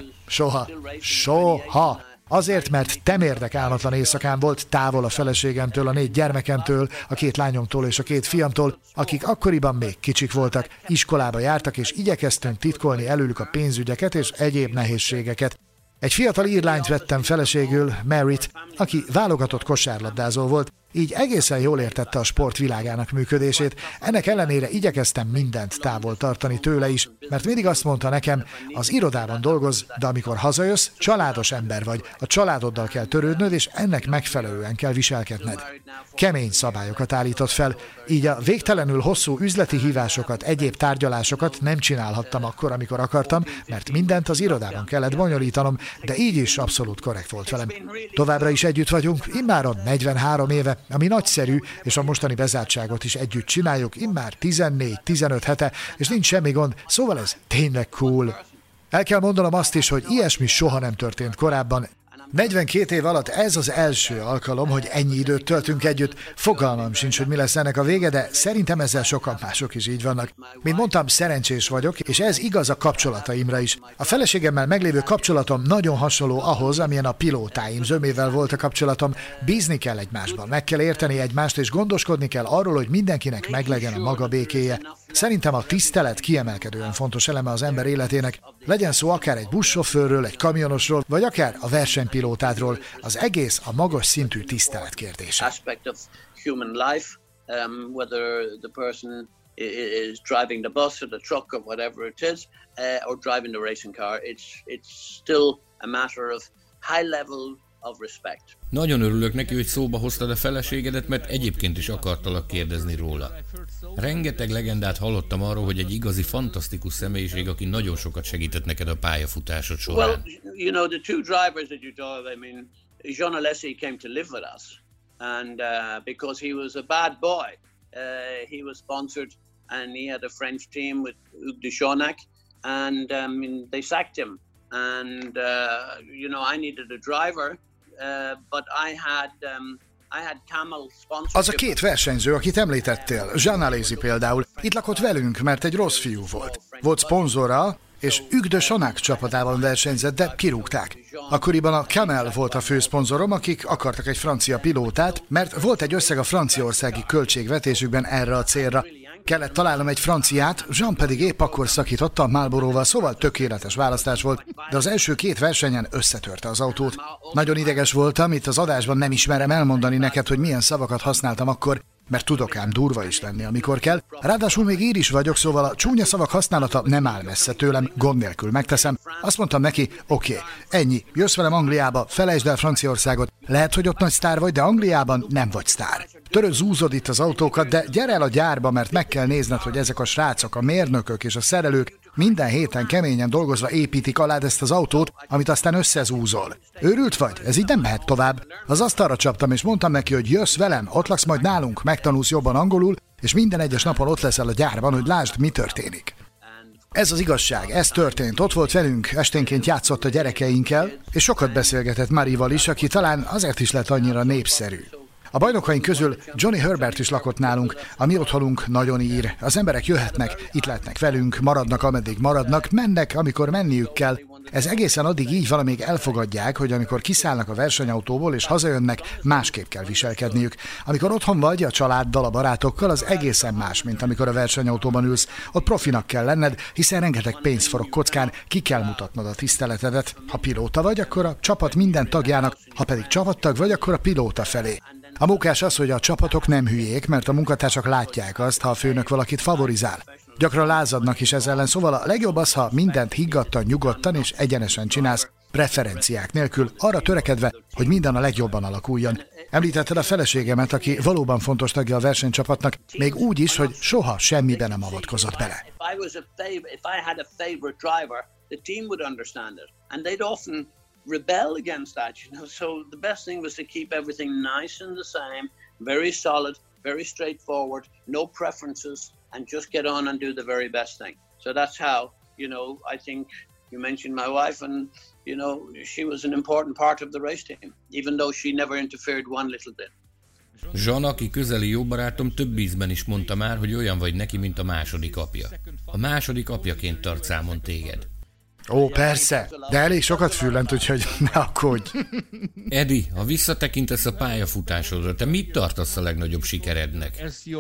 Soha. Azért, mert temérdek álmatlan éjszakán volt, távol a feleségemtől, a 4 gyermekemtől, a 2 lányomtól és a 2 fiamtól, akik akkoriban még kicsik voltak, iskolába jártak, és igyekeztünk titkolni előlük a pénzügyeket és egyéb nehézségeket. Egy fiatal írlányt vettem feleségül, Maryt, aki válogatott kosárlabdázó volt, így egészen jól értette a sport világának működését, ennek ellenére igyekeztem mindent távol tartani tőle is, mert mindig azt mondta nekem, az irodában dolgozz, de amikor hazajössz, családos ember vagy, a családoddal kell törődnöd, és ennek megfelelően kell viselkedned. Kemény szabályokat állított fel, így a végtelenül hosszú üzleti hívásokat, egyéb tárgyalásokat nem csinálhattam akkor, amikor akartam, mert mindent az irodában kellett bonyolítanom, de így is abszolút korrekt volt velem. Továbbra is együtt vagyunk, immáron 43 éve, ami nagyszerű, és a mostani bezártságot is együtt csináljuk, immár 14-15 hete, és nincs semmi gond, szóval ez tényleg cool. El kell mondanom azt is, hogy ilyesmi soha nem történt korábban. 42 év alatt ez az első alkalom, hogy ennyi időt töltünk együtt. Fogalmam sincs, hogy mi lesz ennek a vége, de szerintem ezzel sokan mások is így vannak. Mint mondtam, szerencsés vagyok, és ez igaz a kapcsolataimra is. A feleségemmel meglévő kapcsolatom nagyon hasonló ahhoz, amilyen a pilótáim zömével volt a kapcsolatom. Bízni kell egymásban, meg kell érteni egymást, és gondoskodni kell arról, hogy mindenkinek meglegyen a maga békéje. Szerintem a tisztelet kiemelkedően fontos eleme az ember életének. Legyen szó akár egy buszsofőrről, egy kamionosról, vagy akár a versenypilótáról. pilótádról. Az egész a magas szintű tisztelet kérdése. Aspect of human life, whether the person is driving the bus or the truck or whatever it is, or driving the racing car, it's still a matter of high level of respect. Nagyon örülök neki, hogy szóba hoztad a feleségedet, mert egyébként is akartalak kérdezni róla. Rengeteg legendát hallottam arról, hogy egy igazi, fantasztikus személyiség, aki nagyon sokat segített neked a pályafutásod során. Well, you know, the two drivers that you drove, I mean, Jean Alesi came to live with us, and because he was a bad boy, he was sponsored, and he had a French team with Hugues de Chaunac, and they sacked him. And you know, I needed a driver, but I had Camel sponsorship. Az a két versenyző, akit említettél, Jean Alesi például, itt lakott velünk, mert egy rossz fiú volt. Volt szponzora, és Hugues de Chaunac csapatában versenyzett, de kirúgták. Akkoriban a Camel volt a főszponzorom, akik akartak egy francia pilótát, mert volt egy összeg a franciaországi költségvetésükben erre a célra. Kellett találnom egy franciát, Jean pedig épp akkor szakította a Marlboro-val, szóval tökéletes választás volt, de az első két versenyen összetörte az autót. Nagyon ideges voltam, itt az adásban nem ismerem elmondani neked, hogy milyen szavakat használtam akkor, mert tudok ám durva is lenni, amikor kell. Ráadásul még ír is vagyok, szóval a csúnya szavak használata nem áll messze tőlem, gond nélkül megteszem. Azt mondtam neki, oké, ennyi, jössz velem Angliába, felejtsd el Franciaországot. Lehet, hogy ott nagy sztár vagy, de Angliában nem vagy sztár. Töröd zúzod itt az autókat, de gyere el a gyárba, mert meg kell nézned, hogy ezek a srácok, a mérnökök és a szerelők minden héten keményen dolgozva építik alád ezt az autót, amit aztán összezúzol. Őrült vagy? Ez így nem mehet tovább. Az asztalra csaptam, és mondtam neki, hogy jössz velem, ott laksz majd nálunk, megtanulsz jobban angolul, és minden egyes napon ott leszel a gyárban, hogy lásd, mi történik. Ez az igazság, ez történt. Ott volt velünk, esténként játszott a gyerekeinkkel, és sokat beszélgetett Marival is, aki talán azért is lett annyira népszerű. A bajnokaink közül Johnny Herbert is lakott nálunk, a mi otthonunk nagyon ír. Az emberek jöhetnek, itt lehetnek velünk, maradnak, ameddig maradnak, mennek, amikor menniük kell. Ez egészen addig így van, amíg elfogadják, hogy amikor kiszállnak a versenyautóból és hazajönnek, másképp kell viselkedniük. Amikor otthon vagy a családdal, a barátokkal, az egészen más, mint amikor a versenyautóban ülsz. Ott profinak kell lenned, hiszen rengeteg pénz forog kockán, ki kell mutatnod a tiszteletedet. Ha pilóta vagy, akkor a csapat minden tagjának, ha pedig csapattag vagy, akkor a pilóta felé. A mókás az, hogy a csapatok nem hülyék, mert a munkatársak látják azt, ha a főnök valakit favorizál. Gyakran lázadnak is ez ellen, szóval a legjobb az, ha mindent higgadtan, nyugodtan és egyenesen csinálsz, preferenciák nélkül, arra törekedve, hogy minden a legjobban alakuljon. Említetted a feleségemet, aki valóban fontos tagja a versenycsapatnak, még úgy is, hogy soha semmiben nem avatkozott bele. Rebel against that, you know. So the best thing was to keep everything nice and the same, very solid, very straightforward, no preferences, and just get on and do the very best thing. So that's how, you know, I think you mentioned my wife, and you know, she was an important part of the race team, even though she never interfered one little bit. Jean, aki közeli jó barátom, több ízben is mondta már, hogy olyan vagy neki, mint a második apja. A második apjaként tart számon téged. Ó, persze, de elég sokat füllent, úgyhogy ne aggódj. Eddie, ha visszatekintesz a pályafutásodra, te mit tartasz a legnagyobb sikerednek?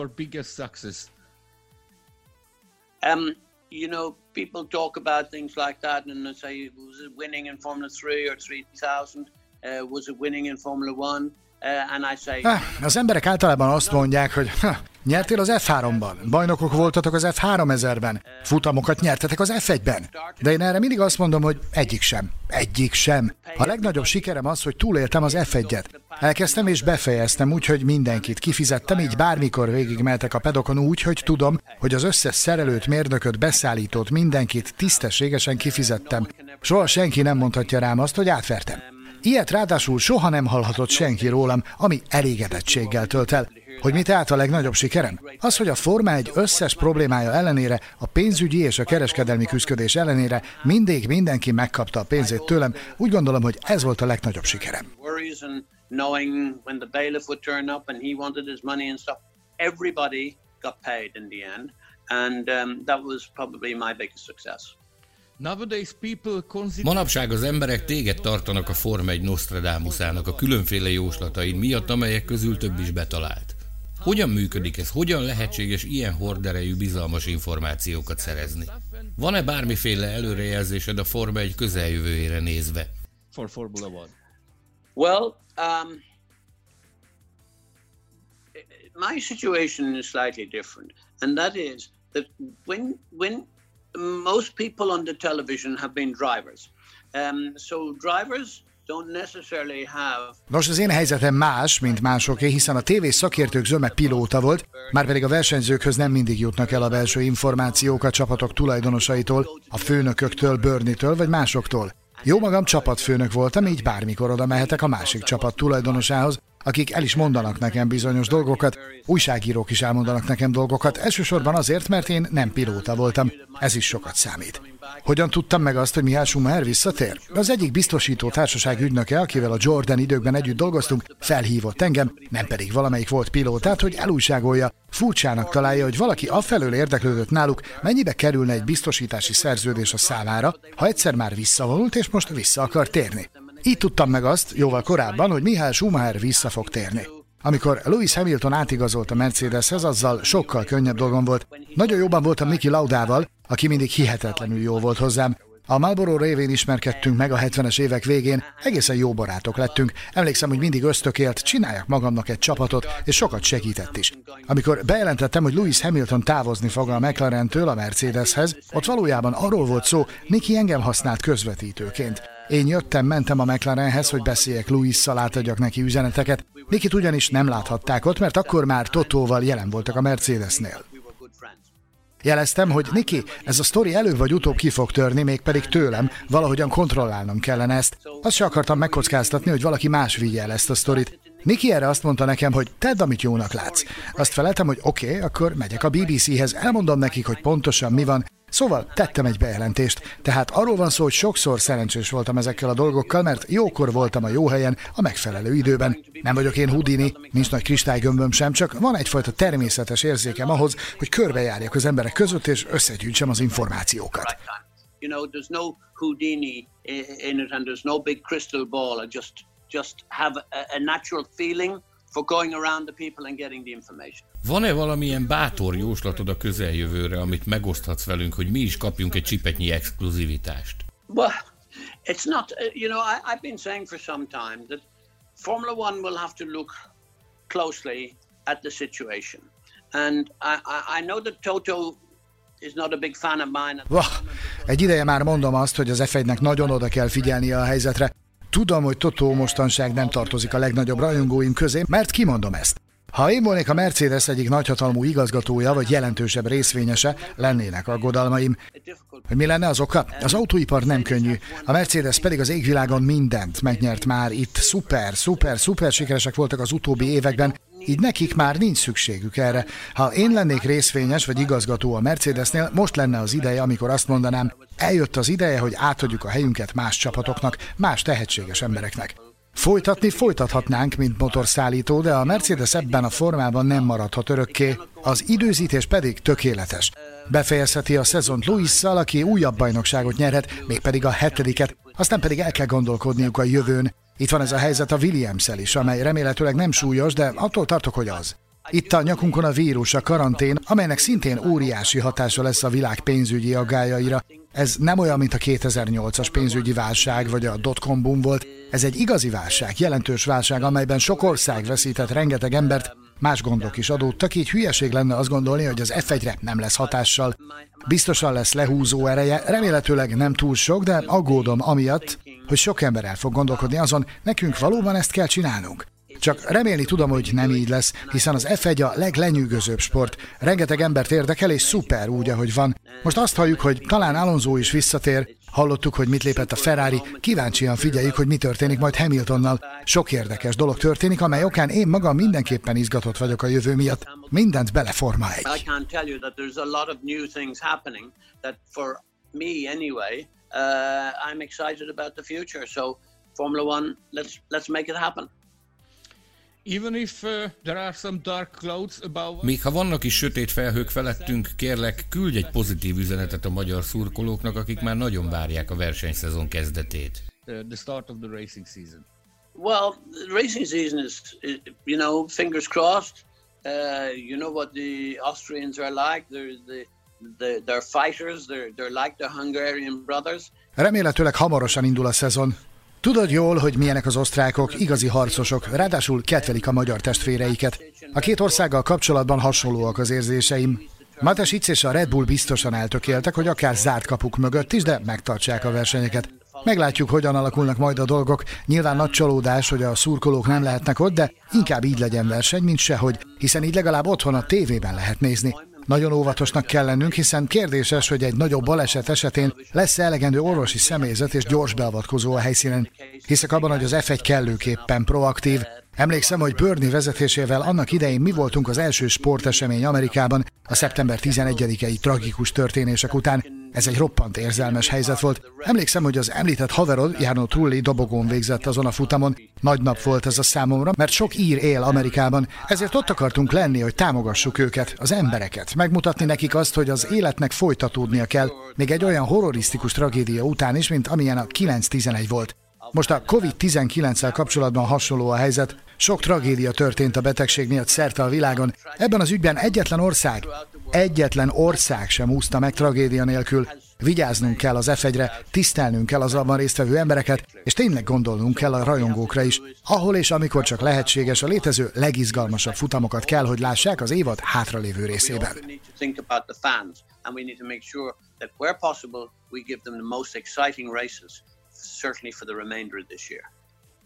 You know, people talk about things like that and they say, was it winning in Formula 3 or 3000? Was it winning in Formula 1? And I say... Az emberek általában azt mondják, hogy nyertél az F3-ban, bajnokok voltatok az F3000-ben, futamokat nyertetek az F1-ben. De én erre mindig azt mondom, hogy egyik sem. A legnagyobb sikerem az, hogy túléltem az F1-et. Elkezdtem és befejeztem úgy, hogy mindenkit kifizettem, így bármikor végigmehetek a pedokon úgy, hogy tudom, hogy az összes szerelőt, mérnököt, beszállítót, mindenkit tisztességesen kifizettem. Soha senki nem mondhatja rám azt, hogy átvertem. Ilyet ráadásul soha nem hallhatott senki rólam, ami elégedettséggel tölt el. Hogy mit állt a legnagyobb sikerem? Az, hogy a Forma 1 összes problémája ellenére, a pénzügyi és a kereskedelmi küszködés ellenére mindig mindenki megkapta a pénzét tőlem, úgy gondolom, hogy ez volt a legnagyobb sikerem. Manapság az emberek téged tartanak a Forma 1 Nostradamusának a különféle jóslatain miatt, amelyek közül több is betalált. Hogyan működik ez? Hogyan lehetséges ilyen horderejű bizalmas információkat szerezni? Van-e bármiféle előrejelzésed a Forma 1 közeljövőjére nézve? Well, my situation is slightly different, and that is that when most people on the television have been drivers, so drivers don't necessarily have... Nos, az én helyzetem más, mint másoké, hiszen a tévés szakértők zöme pilóta volt, márpedig a versenyzőkhöz nem mindig jutnak el a belső információk a csapatok tulajdonosaitól, a főnököktől, Bernie-től vagy másoktól. Jó magam csapatfőnök voltam, így bármikor oda mehetek a másik csapat tulajdonosához, akik el is mondanak nekem bizonyos dolgokat, újságírók is elmondanak nekem dolgokat, elsősorban azért, mert én nem pilóta voltam, ez is sokat számít. Hogyan tudtam meg azt, hogy Michael Schumacher visszatér? Az egyik biztosító társaság ügynöke, akivel a Jordan időkben együtt dolgoztunk, felhívott engem, nem pedig valamelyik volt pilótát, hogy elújságolja. Furcsának találja, hogy valaki afelől érdeklődött náluk, mennyibe kerülne egy biztosítási szerződés a számára, ha egyszer már visszavonult és most vissza akar térni. Így tudtam meg azt jóval korábban, hogy Michael Schumacher vissza fog térni. Amikor Lewis Hamilton átigazolt a Mercedeshez, azzal sokkal könnyebb dolgom volt. Nagyon jóban voltam Niki Laudával, aki mindig hihetetlenül jó volt hozzám. A Marlboro révén ismerkedtünk meg a 70-es évek végén, egészen jó barátok lettünk. Emlékszem, hogy mindig ösztökélt, csináljak magamnak egy csapatot, és sokat segített is. Amikor bejelentettem, hogy Lewis Hamilton távozni fog a McLarentől a Mercedeshez, ott valójában arról volt szó, Niki engem használt közvetítőként. Én mentem a McLarenhez, hogy beszéljek Lewisszal, átadjak neki üzeneteket. Nikit ugyanis nem láthatták ott, mert akkor már Totóval jelen voltak a Mercedesnél. Jeleztem, hogy Niki, ez a sztori előbb vagy utóbb ki fog törni, mégpedig tőlem, valahogyan kontrollálnom kellene ezt. Azt se akartam megkockáztatni, hogy valaki más vigye el ezt a sztorit. Niki erre azt mondta nekem, hogy tedd, amit jónak látsz. Azt feleltem, hogy oké, akkor megyek a BBC-hez, elmondom nekik, hogy pontosan mi van. Szóval tettem egy bejelentést, tehát arról van szó, hogy sokszor szerencsés voltam ezekkel a dolgokkal, mert jókor voltam a jó helyen, a megfelelő időben. Nem vagyok én Houdini, nincs nagy kristálygömböm sem, csak van egyfajta természetes érzékem ahhoz, hogy körbejárjak az emberek között és összegyűjtsem az információkat. You know, there's no Houdini in it and there's no big crystal ball. I just have a natural feeling for going around the people and getting the information. Van-e valamilyen bátor jóslatod a közeljövőre, amit megoszthatsz velünk, hogy mi is kapjunk egy csipetnyi exkluzivitást? Well, it's not, you know, I've been saying for some time that Formula One will have to look closely at the situation. And I know that Toto is not a big fan of mine. Egy ideje már mondom azt, hogy az F1-nek nagyon oda kell figyelnie a helyzetre. Tudom, hogy Totó mostanság nem tartozik a legnagyobb rajongóim közé, mert kimondom ezt. Ha én volnék a Mercedes egyik nagyhatalmú igazgatója vagy jelentősebb részvényese, lennének aggodalmaim. Hogy mi lenne az oka? Az autóipar nem könnyű, a Mercedes pedig az égvilágon mindent megnyert már itt. Szuper sikeresek voltak az utóbbi években, így nekik már nincs szükségük erre. Ha én lennék részvényes vagy igazgató a Mercedesnél, most lenne az ideje, amikor azt mondanám, eljött az ideje, hogy átadjuk a helyünket más csapatoknak, más tehetséges embereknek. Folytathatnánk, mint motorszállító, de a Mercedes ebben a formában nem maradhat örökké. Az időzítés pedig tökéletes. Befejezheti a szezont Lewisszal, aki újabb bajnokságot nyerhet, mégpedig a 7., aztán pedig el kell gondolkodniuk a jövőn. Itt van ez a helyzet a Williams-szel is, amely remélhetőleg nem súlyos, de attól tartok, hogy az. Itt a nyakunkon a vírus, a karantén, amelynek szintén óriási hatása lesz a világ pénzügyi aggályaira. Ez nem olyan, mint a 2008-as pénzügyi válság vagy a dotcom boom volt. Ez egy igazi válság, jelentős válság, amelyben sok ország veszített rengeteg embert, más gondok is adódtak, így hülyeség lenne azt gondolni, hogy az F1-re nem lesz hatással. Biztosan lesz lehúzó ereje, remélhetőleg nem túl sok, de aggódom amiatt, hogy sok ember el fog gondolkodni azon, nekünk valóban ezt kell csinálnunk. Csak remélni tudom, hogy nem így lesz, hiszen az F1 a leglenyűgözőbb sport. Rengeteg embert érdekel, és szuper úgy, ahogy van. Most azt halljuk, hogy talán Alonso is visszatér. Hallottuk, hogy mit lépett a Ferrari. Kíváncsian figyeljük, hogy mi történik majd Hamiltonnal. Sok érdekes dolog történik, amely okán én magam mindenképpen izgatott vagyok a jövő miatt. Mindent bele Forma 1. I can't tell you that there's a lot of new things happening that for me anyway, I'm excited about the future. So Formula One, let's make it happen. Even if there are some dark clouds above... Még ha vannak is sötét felhők felettünk, kérlek, küldj egy pozitív üzenetet a magyar szurkolóknak, akik már nagyon várják a versenyszezon kezdetét. The start of the racing season. Well, the racing season is you know, fingers crossed. You know what the Austrians are like. They're fighters. They're like the Hungarian brothers. Remélhetőleg hamarosan indul a szezon. Tudod jól, hogy milyenek az osztrákok, igazi harcosok, ráadásul kedvelik a magyar testvéreiket. A két országgal kapcsolatban hasonlóak az érzéseim. Mateschitz és a Red Bull biztosan eltökéltek, hogy akár zárt kapuk mögött is, de megtartsák a versenyeket. Meglátjuk, hogyan alakulnak majd a dolgok. Nyilván nagy csalódás, hogy a szurkolók nem lehetnek ott, de inkább így legyen verseny, mint sehogy, hiszen így legalább otthon a tévében lehet nézni. Nagyon óvatosnak kell lennünk, hiszen kérdéses, hogy egy nagyobb baleset esetén lesz elegendő orvosi személyzet és gyors beavatkozó a helyszínen. Hiszek abban, hogy az F1 kellőképpen proaktív. Emlékszem, hogy Bernie vezetésével annak idején mi voltunk az első sportesemény Amerikában a szeptember 11-i tragikus történések után. Ez egy roppant érzelmes helyzet volt. Emlékszem, hogy az említett haverod, Jarno Trulli dobogón végzett azon a futamon. Nagy nap volt ez a számomra, mert sok ír él Amerikában, ezért ott akartunk lenni, hogy támogassuk őket, az embereket, megmutatni nekik azt, hogy az életnek folytatódnia kell, még egy olyan horrorisztikus tragédia után is, mint amilyen a 9/11 volt. Most a COVID-19-szel kapcsolatban hasonló a helyzet. Sok tragédia történt a betegség miatt szerte a világon. Ebben az ügyben egyetlen ország sem úszta meg tragédia nélkül. Vigyáznunk kell az F1-re, tisztelnünk kell az abban résztvevő embereket, és tényleg gondolnunk kell a rajongókra is. Ahol és amikor csak lehetséges, a létező legizgalmasabb futamokat kell, hogy lássák az évad hátralévő részében. Certainly for the remainder of this year.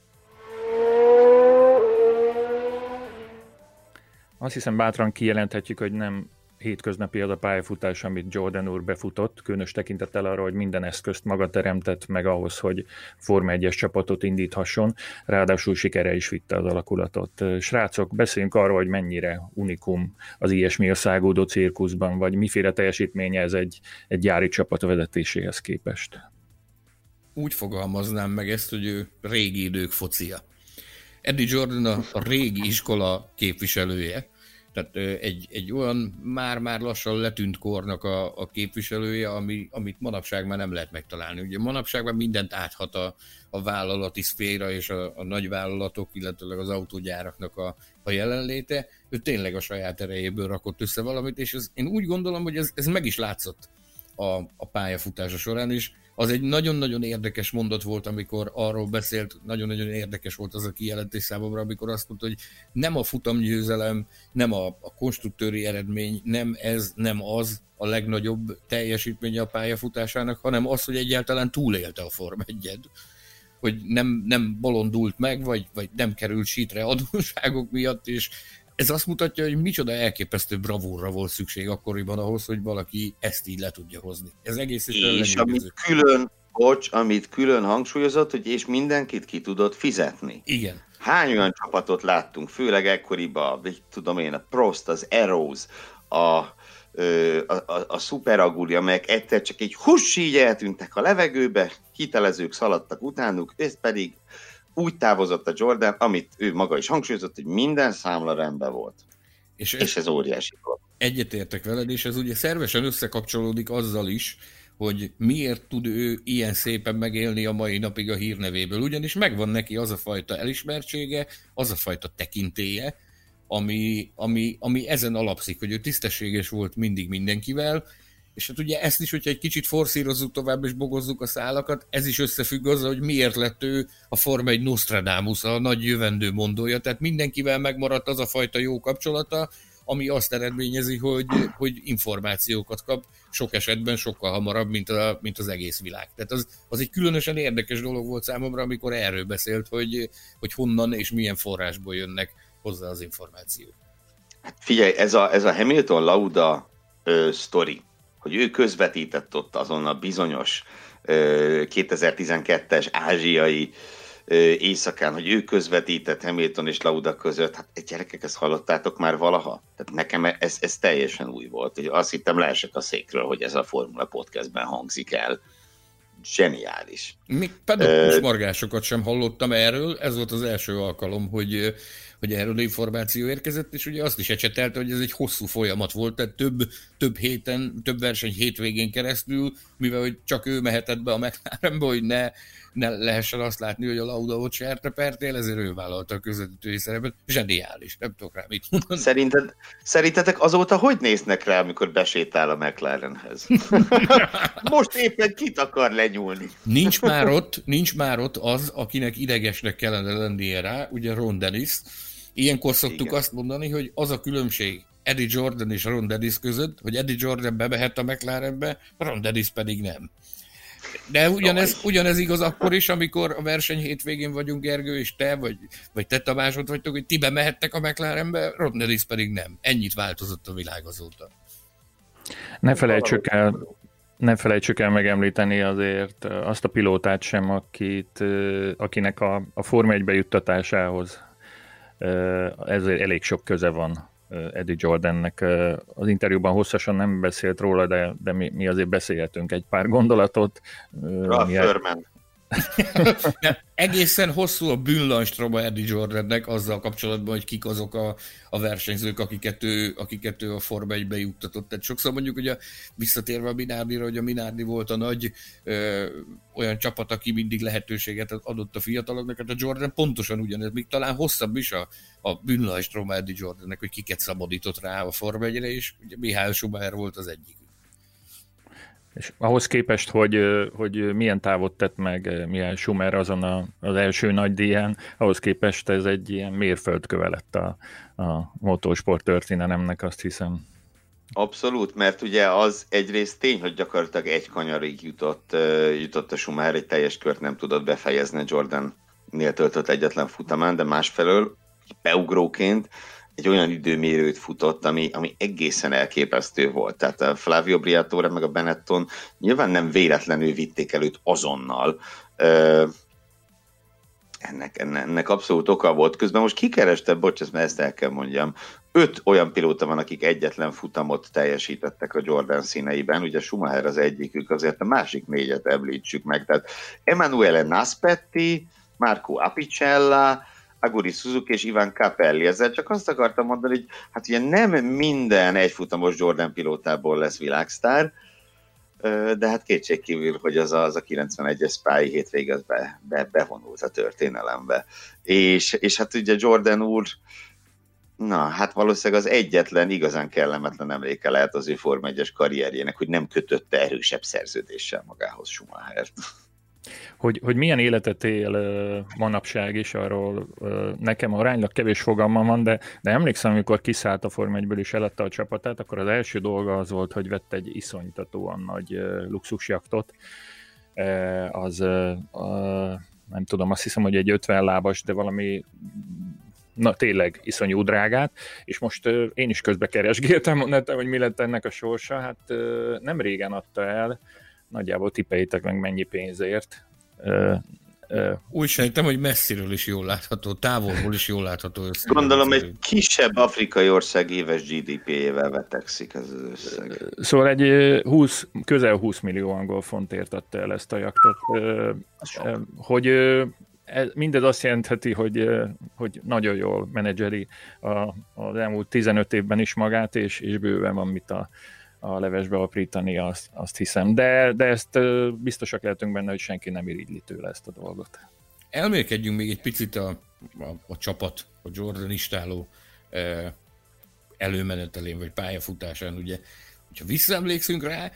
Azt hiszem bátran kijelenthetjük, hogy nem hétköznapi az a pályafutás, amit Jordan úr befutott, különös tekintettel arra, hogy minden eszközt maga teremtett meg ahhoz, hogy Forma 1-es csapatot indíthasson, ráadásul sikere is vitte az alakulatot. Srácok, beszéljünk arról, hogy mennyire unikum az ilyesmi a szágódó cirkuszban, vagy miféle teljesítménye ez egy gyári csapat vezetéséhez képest. Úgy fogalmaznám meg ezt, hogy ő régi idők focia. Eddie Jordan a régi iskola képviselője, tehát egy olyan már lassan letűnt kornak a képviselője, amit manapság már nem lehet megtalálni. Ugye manapság már mindent áthat a vállalati szféra és a nagyvállalatok, illetve az autógyáraknak a jelenléte. Ő tényleg a saját erejéből rakott össze valamit, és én úgy gondolom, hogy ez meg is látszott a pályafutása során is. Az egy nagyon-nagyon érdekes mondat volt, amikor arról beszélt, nagyon-nagyon érdekes volt az a kijelentés számomra, amikor azt mondta, hogy nem a futamgyőzelem, nem a konstruktőri eredmény, nem az a legnagyobb teljesítménye a pályafutásának, hanem az, hogy egyáltalán túlélte a Forma 1-et. Hogy nem bolondult meg, vagy nem került sítre adósságok miatt, és ez azt mutatja, hogy micsoda elképesztő bravúrra volt szükség akkoriban ahhoz, hogy valaki ezt így le tudja hozni. Ez egész és amit külön hangsúlyozott, hogy és mindenkit ki tudott fizetni. Igen. Hány olyan csapatot láttunk, főleg ekkoriban, tudom én, a Prost, az Arrows, a Super Aguri, amelyek egyszer csak egy így eltűntek a levegőbe, hitelezők szaladtak utánuk, ez pedig úgy távozott a Jordan, amit ő maga is hangsúlyozott, hogy minden számla rendben volt. És ez óriási volt. Egyetértek veled, és ez ugye szervesen összekapcsolódik azzal is, hogy miért tud ő ilyen szépen megélni a mai napig a hírnevéből. Ugyanis megvan neki az a fajta elismertsége, az a fajta tekintélye, ami ezen alapszik, hogy ő tisztességes volt mindig mindenkivel, és hát ugye ezt is, hogyha egy kicsit forszírozzuk tovább és bogozzuk a szálakat, ez is összefügg azzal, hogy miért lett ő a Forma 1 Nostradamus, a nagy jövendő mondója, tehát mindenkivel megmaradt az a fajta jó kapcsolata, ami azt eredményezi, hogy információkat kap, sok esetben sokkal hamarabb, mint az egész világ. Tehát az egy különösen érdekes dolog volt számomra, amikor erről beszélt, hogy honnan és milyen forrásból jönnek hozzá az információk. Hát figyelj, ez a Hamilton-Lauda sztori, hogy ő közvetített ott azon a bizonyos 2012-es ázsiai éjszakán, hogy ő közvetített Hamilton és Lauda között. Hát gyerekek, ezt hallottátok már valaha? Tehát nekem ez teljesen új volt. Hogy azt hittem, leesek a székről, hogy ez a Formula Podcastben hangzik el. Zseniális. Még pedagógus sem hallottam erről, ez volt az első alkalom, hogy erről információ érkezett, és ugye azt is ecsetelte, hogy ez egy hosszú folyamat volt, tehát több verseny hétvégén keresztül, mivel hogy csak ő mehetett be a McLarenbe, hogy ne lehessen azt látni, hogy a Lauda ott sertepertél, ezért ő vállalta a közvetítői szerepet. Zseniális, nem tudok rá mit mondani. Szerintetek azóta hogy néznek rá, amikor besétál a McLarenhez? Most éppen kit akar lenyúlni? Nincs már ott az, akinek idegesnek kellene lennie rá, ugye Ron Dennis. Ilyenkor szoktuk azt mondani, hogy az a különbség Eddie Jordan és Ron Dennis között, hogy Eddie Jordan bemehet a McLarenbe, Ron Dennis pedig nem. De ugyanez igaz akkor is, amikor a verseny hétvégén vagyunk, Gergő és te, vagy te Tamás ott vagytok, hogy ti bemehettek a McLarenbe, Ron Dennis pedig nem. Ennyit változott a világ azóta. Ne felejtsük el megemlíteni azért azt a pilótát sem, akinek a Forma 1 bejuttatásához ezért elég sok köze van Eddie Jordannek. Az interjúban hosszasan nem beszélt róla, de mi azért beszélhetünk egy pár gondolatot. Egészen hosszú a bűnlanstroma Eddie Jordannek azzal kapcsolatban, hogy kik azok a versenyzők, akiket ő a Forma 1-be juttatott. Tehát sokszor mondjuk, hogy visszatérve a Minardira, hogy a Minardi volt a nagy olyan csapat, aki mindig lehetőséget adott a fiataloknak, hát a Jordan pontosan ugyanez, még talán hosszabb is a bűnlanstroma Eddie Jordannek, hogy kiket szabadított rá a Forma 1-re, és ugye Michael Schumacher volt az egyik. És ahhoz képest, hogy milyen távot tett meg Michael Schumacher azon az első nagy díján, ahhoz képest ez egy ilyen mérföldköve lett a motorsport történelemnek, azt hiszem. Abszolút, mert ugye az egyrészt tény, hogy gyakorlatilag egy kanyarig jutott a Schumacher, egy teljes kört nem tudott befejezni, Jordan-nél töltött egyetlen futamán, de másfelől beugróként egy olyan időmérőt futott, ami egészen elképesztő volt. Tehát a Flavio Briatore meg a Benetton nyilván nem véletlenül vitték előtt azonnal. Ennek abszolút oka volt. Közben most kikerestem, mert ezt el kell mondjam, 5 olyan pilóta van, akik egyetlen futamot teljesítettek a Jordan színeiben, ugye Schumacher az egyikük, azért a másik 4-et említsük meg. Tehát Emanuele Naspetti, Marco Apicella, Aguri Suzuki és Ivan Capelli. Ezzel csak azt akartam mondani, hogy hát ugye nem minden egyfutamos Jordan pilótából lesz világsztár, de hát kétségkívül, hogy az a 91-es Spái hétvég az bevonult a történelembe. És hát ugye Jordan úr, hát valószínűleg az egyetlen igazán kellemetlen emléke lehet az ő Forma 1-es karrierjének, hogy nem kötötte erősebb szerződéssel magához Schumachert. Hogy milyen életet él manapság is, arról nekem aránylag kevés fogalmam van, de emlékszem, amikor kiszállt a Forma 1-ből és eladta a csapatát, akkor az első dolga az volt, hogy vett egy iszonytatóan nagy luxusjaktot. Nem tudom, azt hiszem, hogy egy 50 lábas, de valami tényleg iszonyú drágát, és most én is közbe keresgéltem, mondtam, hogy mi lett ennek a sorsa, hát nem régen adta el, nagyjából tippeljétek meg mennyi pénzért. Úgy sejtem, hogy messziről is jól látható, távolból is jól látható összeg. Gondolom, egy kisebb afrikai ország éves GDP-jével vetekszik ez az összeg. Szóval egy közel 20 millió angol fontért adta el ezt a jaktot. Hogy mindez azt jelentheti, hogy nagyon jól menedzseri az elmúlt 15 évben is magát, és bőven van mit a levesbe aprítani, azt hiszem. De ezt biztosak lehetünk benne, hogy senki nem irigyli tőle ezt a dolgot. Elmélkedjünk még egy picit a csapat, a Jordan istáló előmenetelén, vagy pályafutásán, ugye. Ha visszaemlékszünk rá,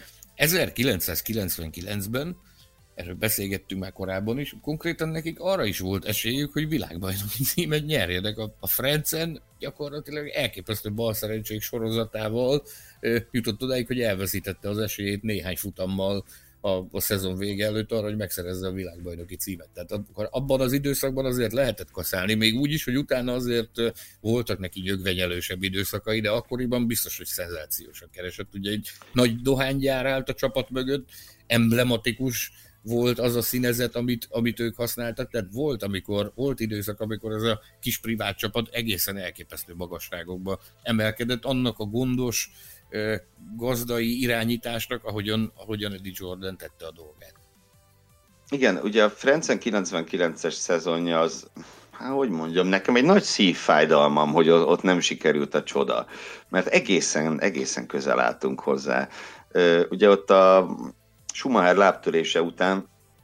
1999-ben, erről beszélgettünk már korábban is, konkrétan nekik arra is volt esélyük, hogy világbajnoki címet nyerjenek. A Frencen gyakorlatilag elképesztő balszerencsék sorozatával jutott odáig, hogy elveszítette az esélyét néhány futammal a szezon vége előtt arra, hogy megszerezze a világbajnoki címet. Tehát akkor abban az időszakban azért lehetett kaszálni, még úgy is, hogy utána azért voltak neki nyögvenyelősebb időszakai, de akkoriban biztos, hogy szenzációsan keresett. Ugye egy nagy dohánygyár állt a csapat mögött, emblematikus volt az a színezet, amit ők használtak, tehát volt időszak, amikor ez a kis privát csapat egészen elképesztő magasságokba emelkedett, annak a gondos, gazdai irányításnak, ahogyan Eddie Jordan tette a dolgát. Igen, ugye a Frencen 99-es szezonja az, hogy mondjam, nekem egy nagy szívfájdalmam, hogy ott nem sikerült a csoda, mert egészen közel álltunk hozzá. Ugye ott a Schumacher lábtörése után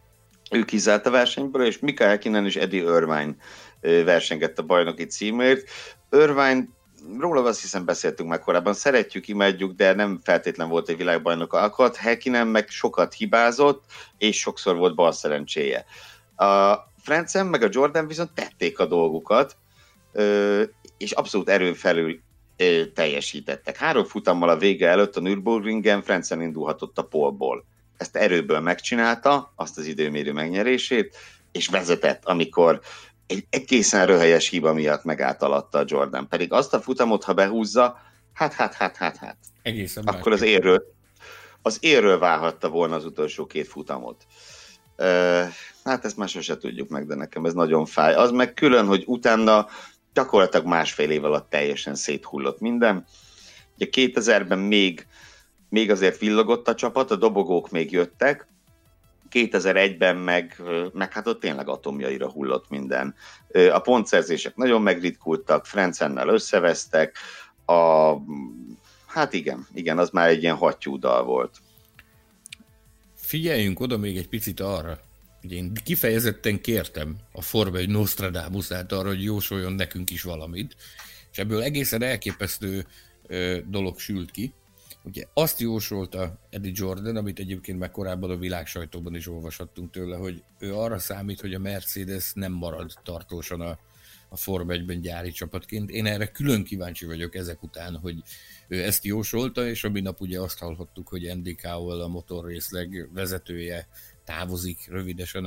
ő kizárt a versenyből, és Mika Häkkinen és Eddie Irvine versengett a bajnoki címért. Irvine, róla azt hiszem beszéltünk már korábban, szeretjük, imádjuk, de nem feltétlen volt egy világbajnok alkat. Häkkinen meg sokat hibázott, és sokszor volt bal szerencséje. A Frentzen meg a Jordan viszont tették a dolgukat, és abszolút erőn felül teljesítettek. 3 futammal a vége előtt a Nürburgringen Frentzen indulhatott a pole-ból. Ezt erőből megcsinálta, azt az időmérő megnyerését, és vezetett, amikor egy egészen röhelyes hiba miatt megállt alatta a Jordan. Pedig azt a futamot, ha behúzza, hát. Egészen akkor az érről válhatta volna az utolsó 2 futamot. Hát ezt már sose tudjuk meg, de nekem ez nagyon fáj. Az meg külön, hogy utána gyakorlatilag 1,5 év alatt teljesen széthullott minden. Ugye 2000-ben még azért villogott a csapat, a dobogók még jöttek, 2001-ben meg hát ott tényleg atomjaira hullott minden. A pontszerzések nagyon megritkultak, Frencennel összevesztek, hát igen, az már egy ilyen hattyúdal volt. Figyeljünk oda még egy picit arra, hogy én kifejezetten kértem a Forma 1 Nostradamusát arra, hogy jósoljon nekünk is valamit, és ebből egészen elképesztő dolog sült ki. Ugye azt jósolta Eddie Jordan, amit egyébként már korábban a világsajtóban is olvashattunk tőle, hogy ő arra számít, hogy a Mercedes nem marad tartósan a Forma 1-ben gyári csapatként. Én erre külön kíváncsi vagyok ezek után, hogy ő ezt jósolta, és a minap ugye azt hallhattuk, hogy Andy Cowell, a motorrészleg vezetője távozik rövidesen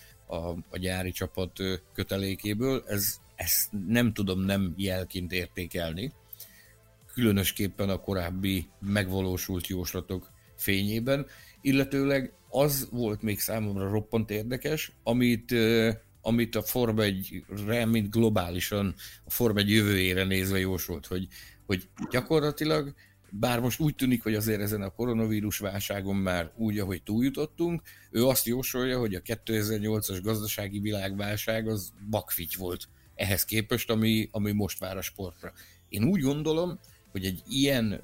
a gyári csapat kötelékéből. Ezt nem tudom nem jelként értékelni, különösképpen a korábbi megvalósult jóslatok fényében, illetőleg az volt még számomra roppant érdekes, amit a Forma 1-re, mint globálisan a Forma 1 jövőjére nézve jósolt, hogy gyakorlatilag, bár most úgy tűnik, hogy azért ezen a koronavírus válságon már úgy, ahogy túljutottunk, ő azt jósolja, hogy a 2008-as gazdasági világválság az bakfitty volt ehhez képest, ami most vár a sportra. Én úgy gondolom, hogy egy ilyen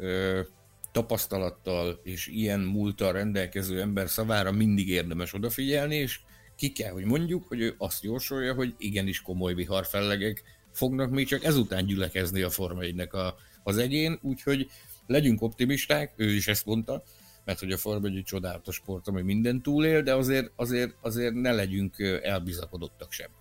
tapasztalattal és ilyen múlttal rendelkező ember szavára mindig érdemes odafigyelni, és ki kell, hogy mondjuk, hogy ő azt jósolja, hogy igenis komoly viharfellegek fognak még csak ezután gyülekezni a Forma 1-nek az egén, úgyhogy legyünk optimisták, ő is ezt mondta, mert hogy a Forma 1 egy csodálatos sport, ami minden túlél, de azért ne legyünk elbizakodottak sem.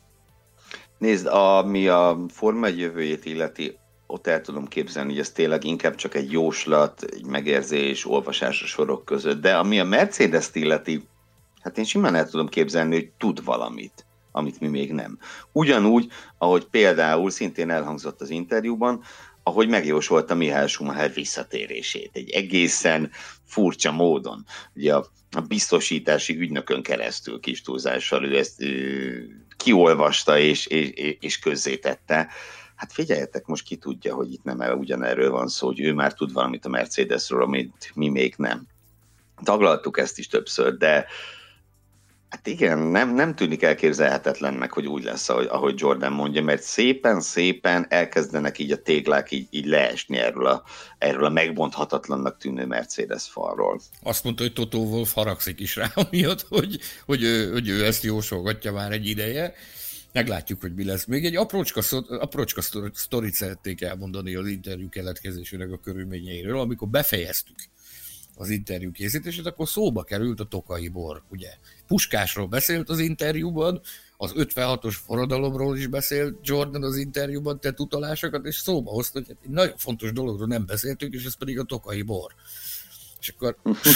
Nézd, ami a Forma 1 jövőjét illeti, ott el tudom képzelni, hogy ez tényleg inkább csak egy jóslat, egy megérzés, olvasás a sorok között, de ami a Mercedes-t illeti, hát én simán el tudom képzelni, hogy tud valamit, amit mi még nem. Ugyanúgy, ahogy például szintén elhangzott az interjúban, ahogy megjósolta Michael Schumacher visszatérését. Egy egészen furcsa módon. Ugye a biztosítási ügynökön keresztül kis túlzással ő ezt kiolvasta és közzétette. Hát figyeljetek, most ki tudja, hogy itt nem ugyanerről van szó, hogy ő már tud valamit a Mercedesről, amit mi még nem. Taglaltuk ezt is többször, de hát igen, nem tűnik elképzelhetetlennek, hogy úgy lesz, ahogy Jordan mondja, mert szépen elkezdenek így a téglák így leesni erről a megbonthatatlannak tűnő Mercedes falról. Azt mondta, hogy Toto Wolff haragszik is rá, miatt, hogy ő ezt jósolgatja már egy ideje. Meglátjuk, hogy mi lesz. Még egy aprócska sztorit szerették elmondani az interjú keletkezésének a körülményeiről, amikor befejeztük az interjú készítését, akkor szóba került a tokai bor, ugye. Puskásról beszélt az interjúban, az 56-os forradalomról is beszélt Jordan az interjúban, tett utalásokat, és szóba hozta, hogy egy nagyon fontos dologról nem beszéltünk, és ez pedig a tokai bor. És akkor,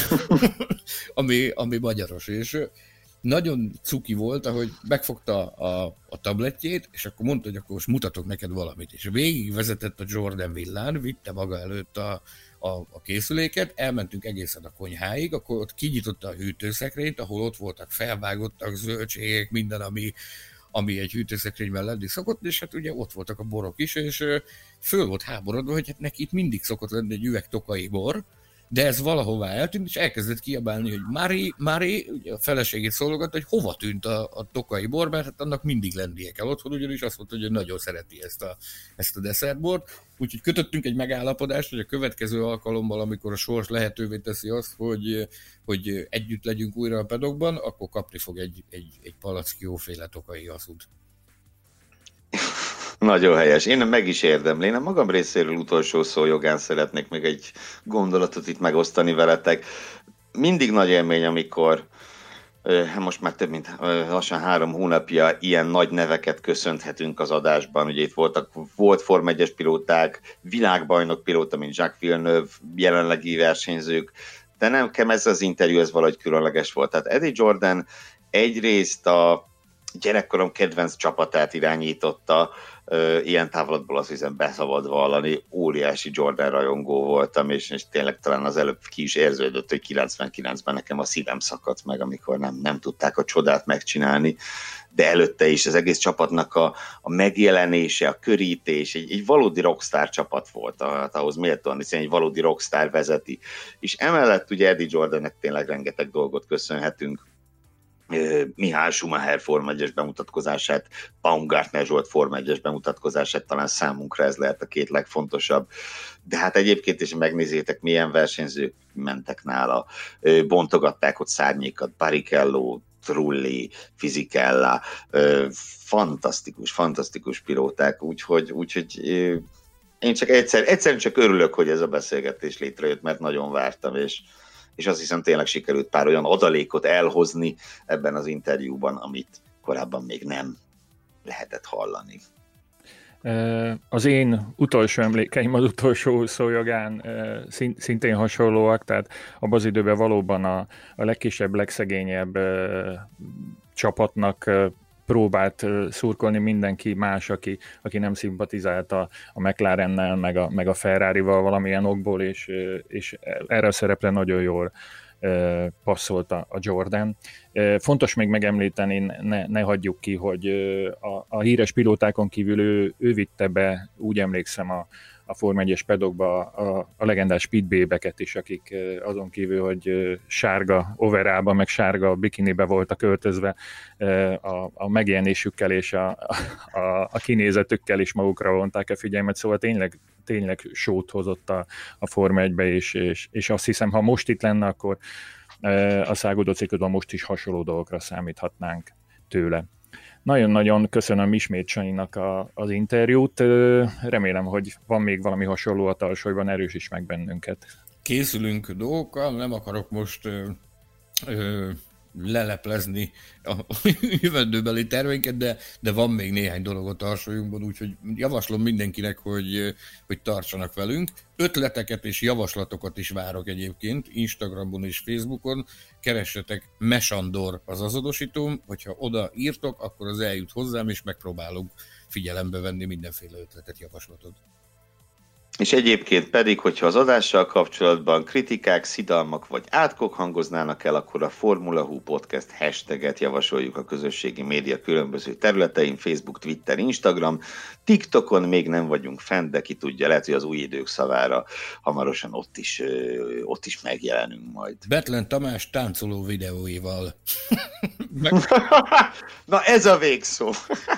ami magyaros, és nagyon cuki volt, ahogy megfogta a tabletjét, és akkor mondta, hogy akkor most mutatok neked valamit. És végigvezetett a Jordan villán, vitte maga előtt a készüléket, elmentünk egészen a konyháig, akkor ott kinyitotta a hűtőszekrényt, ahol ott voltak felvágottak zöldségek, minden, ami egy hűtőszekrényben lenni szokott, és hát ugye ott voltak a borok is, és föl volt háborodva, hogy hát neki itt mindig szokott lenni egy üveg tokai bor, de ez valahová eltűnt, és elkezdett kiabálni, hogy Mari, ugye a feleségét szólogatta, hogy hova tűnt a tokai bor, mert hát annak mindig lennie kell otthon, ugyanis azt mondta, hogy nagyon szereti ezt a desszertbort. Úgyhogy kötöttünk egy megállapodást, hogy a következő alkalommal, amikor a sors lehetővé teszi azt, hogy együtt legyünk újra a pedokban, akkor kapni fog egy palack jóféle tokai aszút. Nagyon helyes. Én meg is érdemlém. Én magam részéről utolsó szó jogán szeretnék még egy gondolatot itt megosztani veletek. Mindig nagy élmény, amikor most már több mint lassan 3 hónapja ilyen nagy neveket köszönhetünk az adásban. Ugye itt volt Form 1-es pilóták, világbajnok pilóta, mint Jacques Villeneuve, jelenlegi versenyzők, de nekem ez az interjú, ez valahogy különleges volt. Tehát Eddie Jordan egyrészt a gyerekkorom kedvenc csapatát irányította, ilyen távolodból azt hiszem beszabad vallani, óriási Jordan rajongó voltam, és tényleg talán az előbb ki is érződött, hogy 99-ben nekem a szívem szakadt meg, amikor nem tudták a csodát megcsinálni, de előtte is az egész csapatnak a megjelenése, a körítés, egy valódi rockstar csapat volt, ahhoz méltóan, hiszen egy valódi rockstar vezeti. És emellett ugye Eddie Jordannek tényleg rengeteg dolgot köszönhetünk. Mihály Schumacher Form 1-es bemutatkozását, Baumgartner Zsolt Form 1-es bemutatkozását, talán számunkra ez lehet a 2 legfontosabb. De hát egyébként is megnézzétek, milyen versenyzők mentek nála, bontogatták ott szárnyékat, Barrichello, Trulli, Fisichella, fantasztikus pilóták, úgyhogy én csak egyszerűen csak örülök, hogy ez a beszélgetés létrejött, mert nagyon vártam, és azt hiszem tényleg sikerült pár olyan adalékot elhozni ebben az interjúban, amit korábban még nem lehetett hallani. Az én utolsó emlékeim az utolsó szójogán szintén hasonlóak, tehát abban az időben valóban a legkisebb, legszegényebb csapatnak próbált szurkolni mindenki más, aki nem szimpatizált a McLarennel, meg a Ferrarival valamilyen okból, és erre a szerepre nagyon jól passzolt a Jordan. Fontos még megemlíteni, ne hagyjuk ki, hogy a híres pilótákon kívül ő vitte be, úgy emlékszem, a Form 1-es pedokba a legendás speedbébeket is, akik azon kívül, hogy sárga overába, meg sárga bikinibe voltak öltözve, a megjelenésükkel és a kinézetükkel is magukra vonták a figyelmet, szóval tényleg sót hozott a Form 1-be, és azt hiszem, ha most itt lenne, akkor a száguldó ciklusban most is hasonló dolgokra számíthatnánk tőle. Nagyon-nagyon köszönöm ismét Sanyinak az interjút. Remélem, hogy van még valami hasonló a tarsolyban, erősíts meg bennünket. Készülünk dolgokkal, nem akarok most leleplezni a jövendőbeli terveinket, de van még néhány dolog a tarsolyunkban, úgyhogy javaslom mindenkinek, hogy tartsanak velünk. Ötleteket és javaslatokat is várok egyébként Instagramon és Facebookon. Keressetek Mesandor az azonosítóm, hogyha oda írtok, akkor az eljut hozzám, és megpróbálunk figyelembe venni mindenféle ötletet, javaslatot. És egyébként pedig, hogyha az adással kapcsolatban kritikák, szidalmak vagy átkok hangoznának el, akkor a Formula Hú Podcast hashtaget javasoljuk a közösségi média különböző területein, Facebook, Twitter, Instagram. TikTokon még nem vagyunk fent, de ki tudja, lehet, hogy az új idők szavára hamarosan ott is megjelenünk majd. Betlen Tamás táncoló videóival. Na ez a végszó!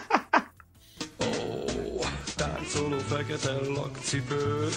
Táncoló fekete lakcipők.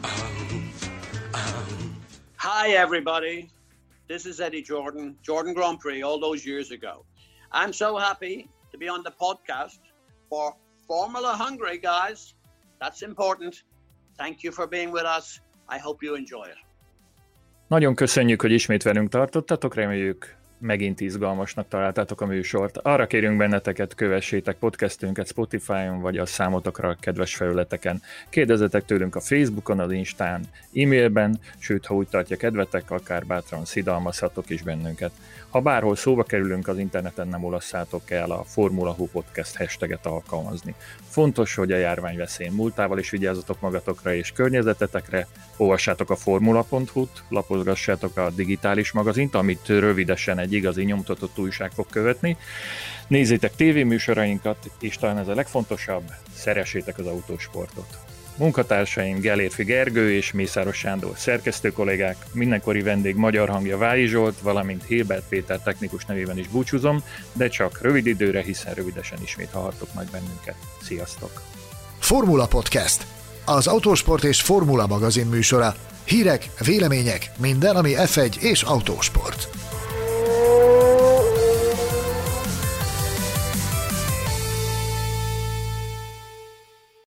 Hi everybody, this is Eddie Jordan, Jordan Grand Prix all those years ago. I'm so happy to be on the podcast for Formula Hungary, guys. That's important. Thank you for being with us. I hope you enjoy it. Nagyon köszönjük, hogy ismét velünk tartottatok, reméljük megint izgalmasnak találtátok a műsort. Arra kérünk benneteket, kövessétek podcastünket Spotify-on, vagy a számotokra kedves felületeken. Kérdezzetek tőlünk a Facebookon, az Instán, e-mailben, sőt, ha úgy tartja kedvetek, akár bátran szidalmazhatok is bennünket. Ha bárhol szóba kerülünk az interneten, nem olasszátok el a Formula Hú Podcast hashtaget alkalmazni. Fontos, hogy a járványveszély múltával is vigyázzatok magatokra és környezetetekre, olvassátok a formula.hu-t, lapozgassátok a digitális magazint, amit rövidesen egy igazi nyomtatott újság fog követni. Nézzétek tévéműsorainkat, és talán ez a legfontosabb, szeressétek az autósportot. Munkatársaim Gellérfi Gergő és Mészáros Sándor szerkesztő kollégák, mindenkori vendég magyar hangja Vályi Zsolt, valamint Hilbert Péter technikus nevében is búcsúzom, de csak rövid időre, hiszen rövidesen ismét hallhattok majd bennünket. Sziasztok! Formula Podcast, az autósport és formula magazin műsora. Hírek, vélemények, minden, ami F1 és autósport.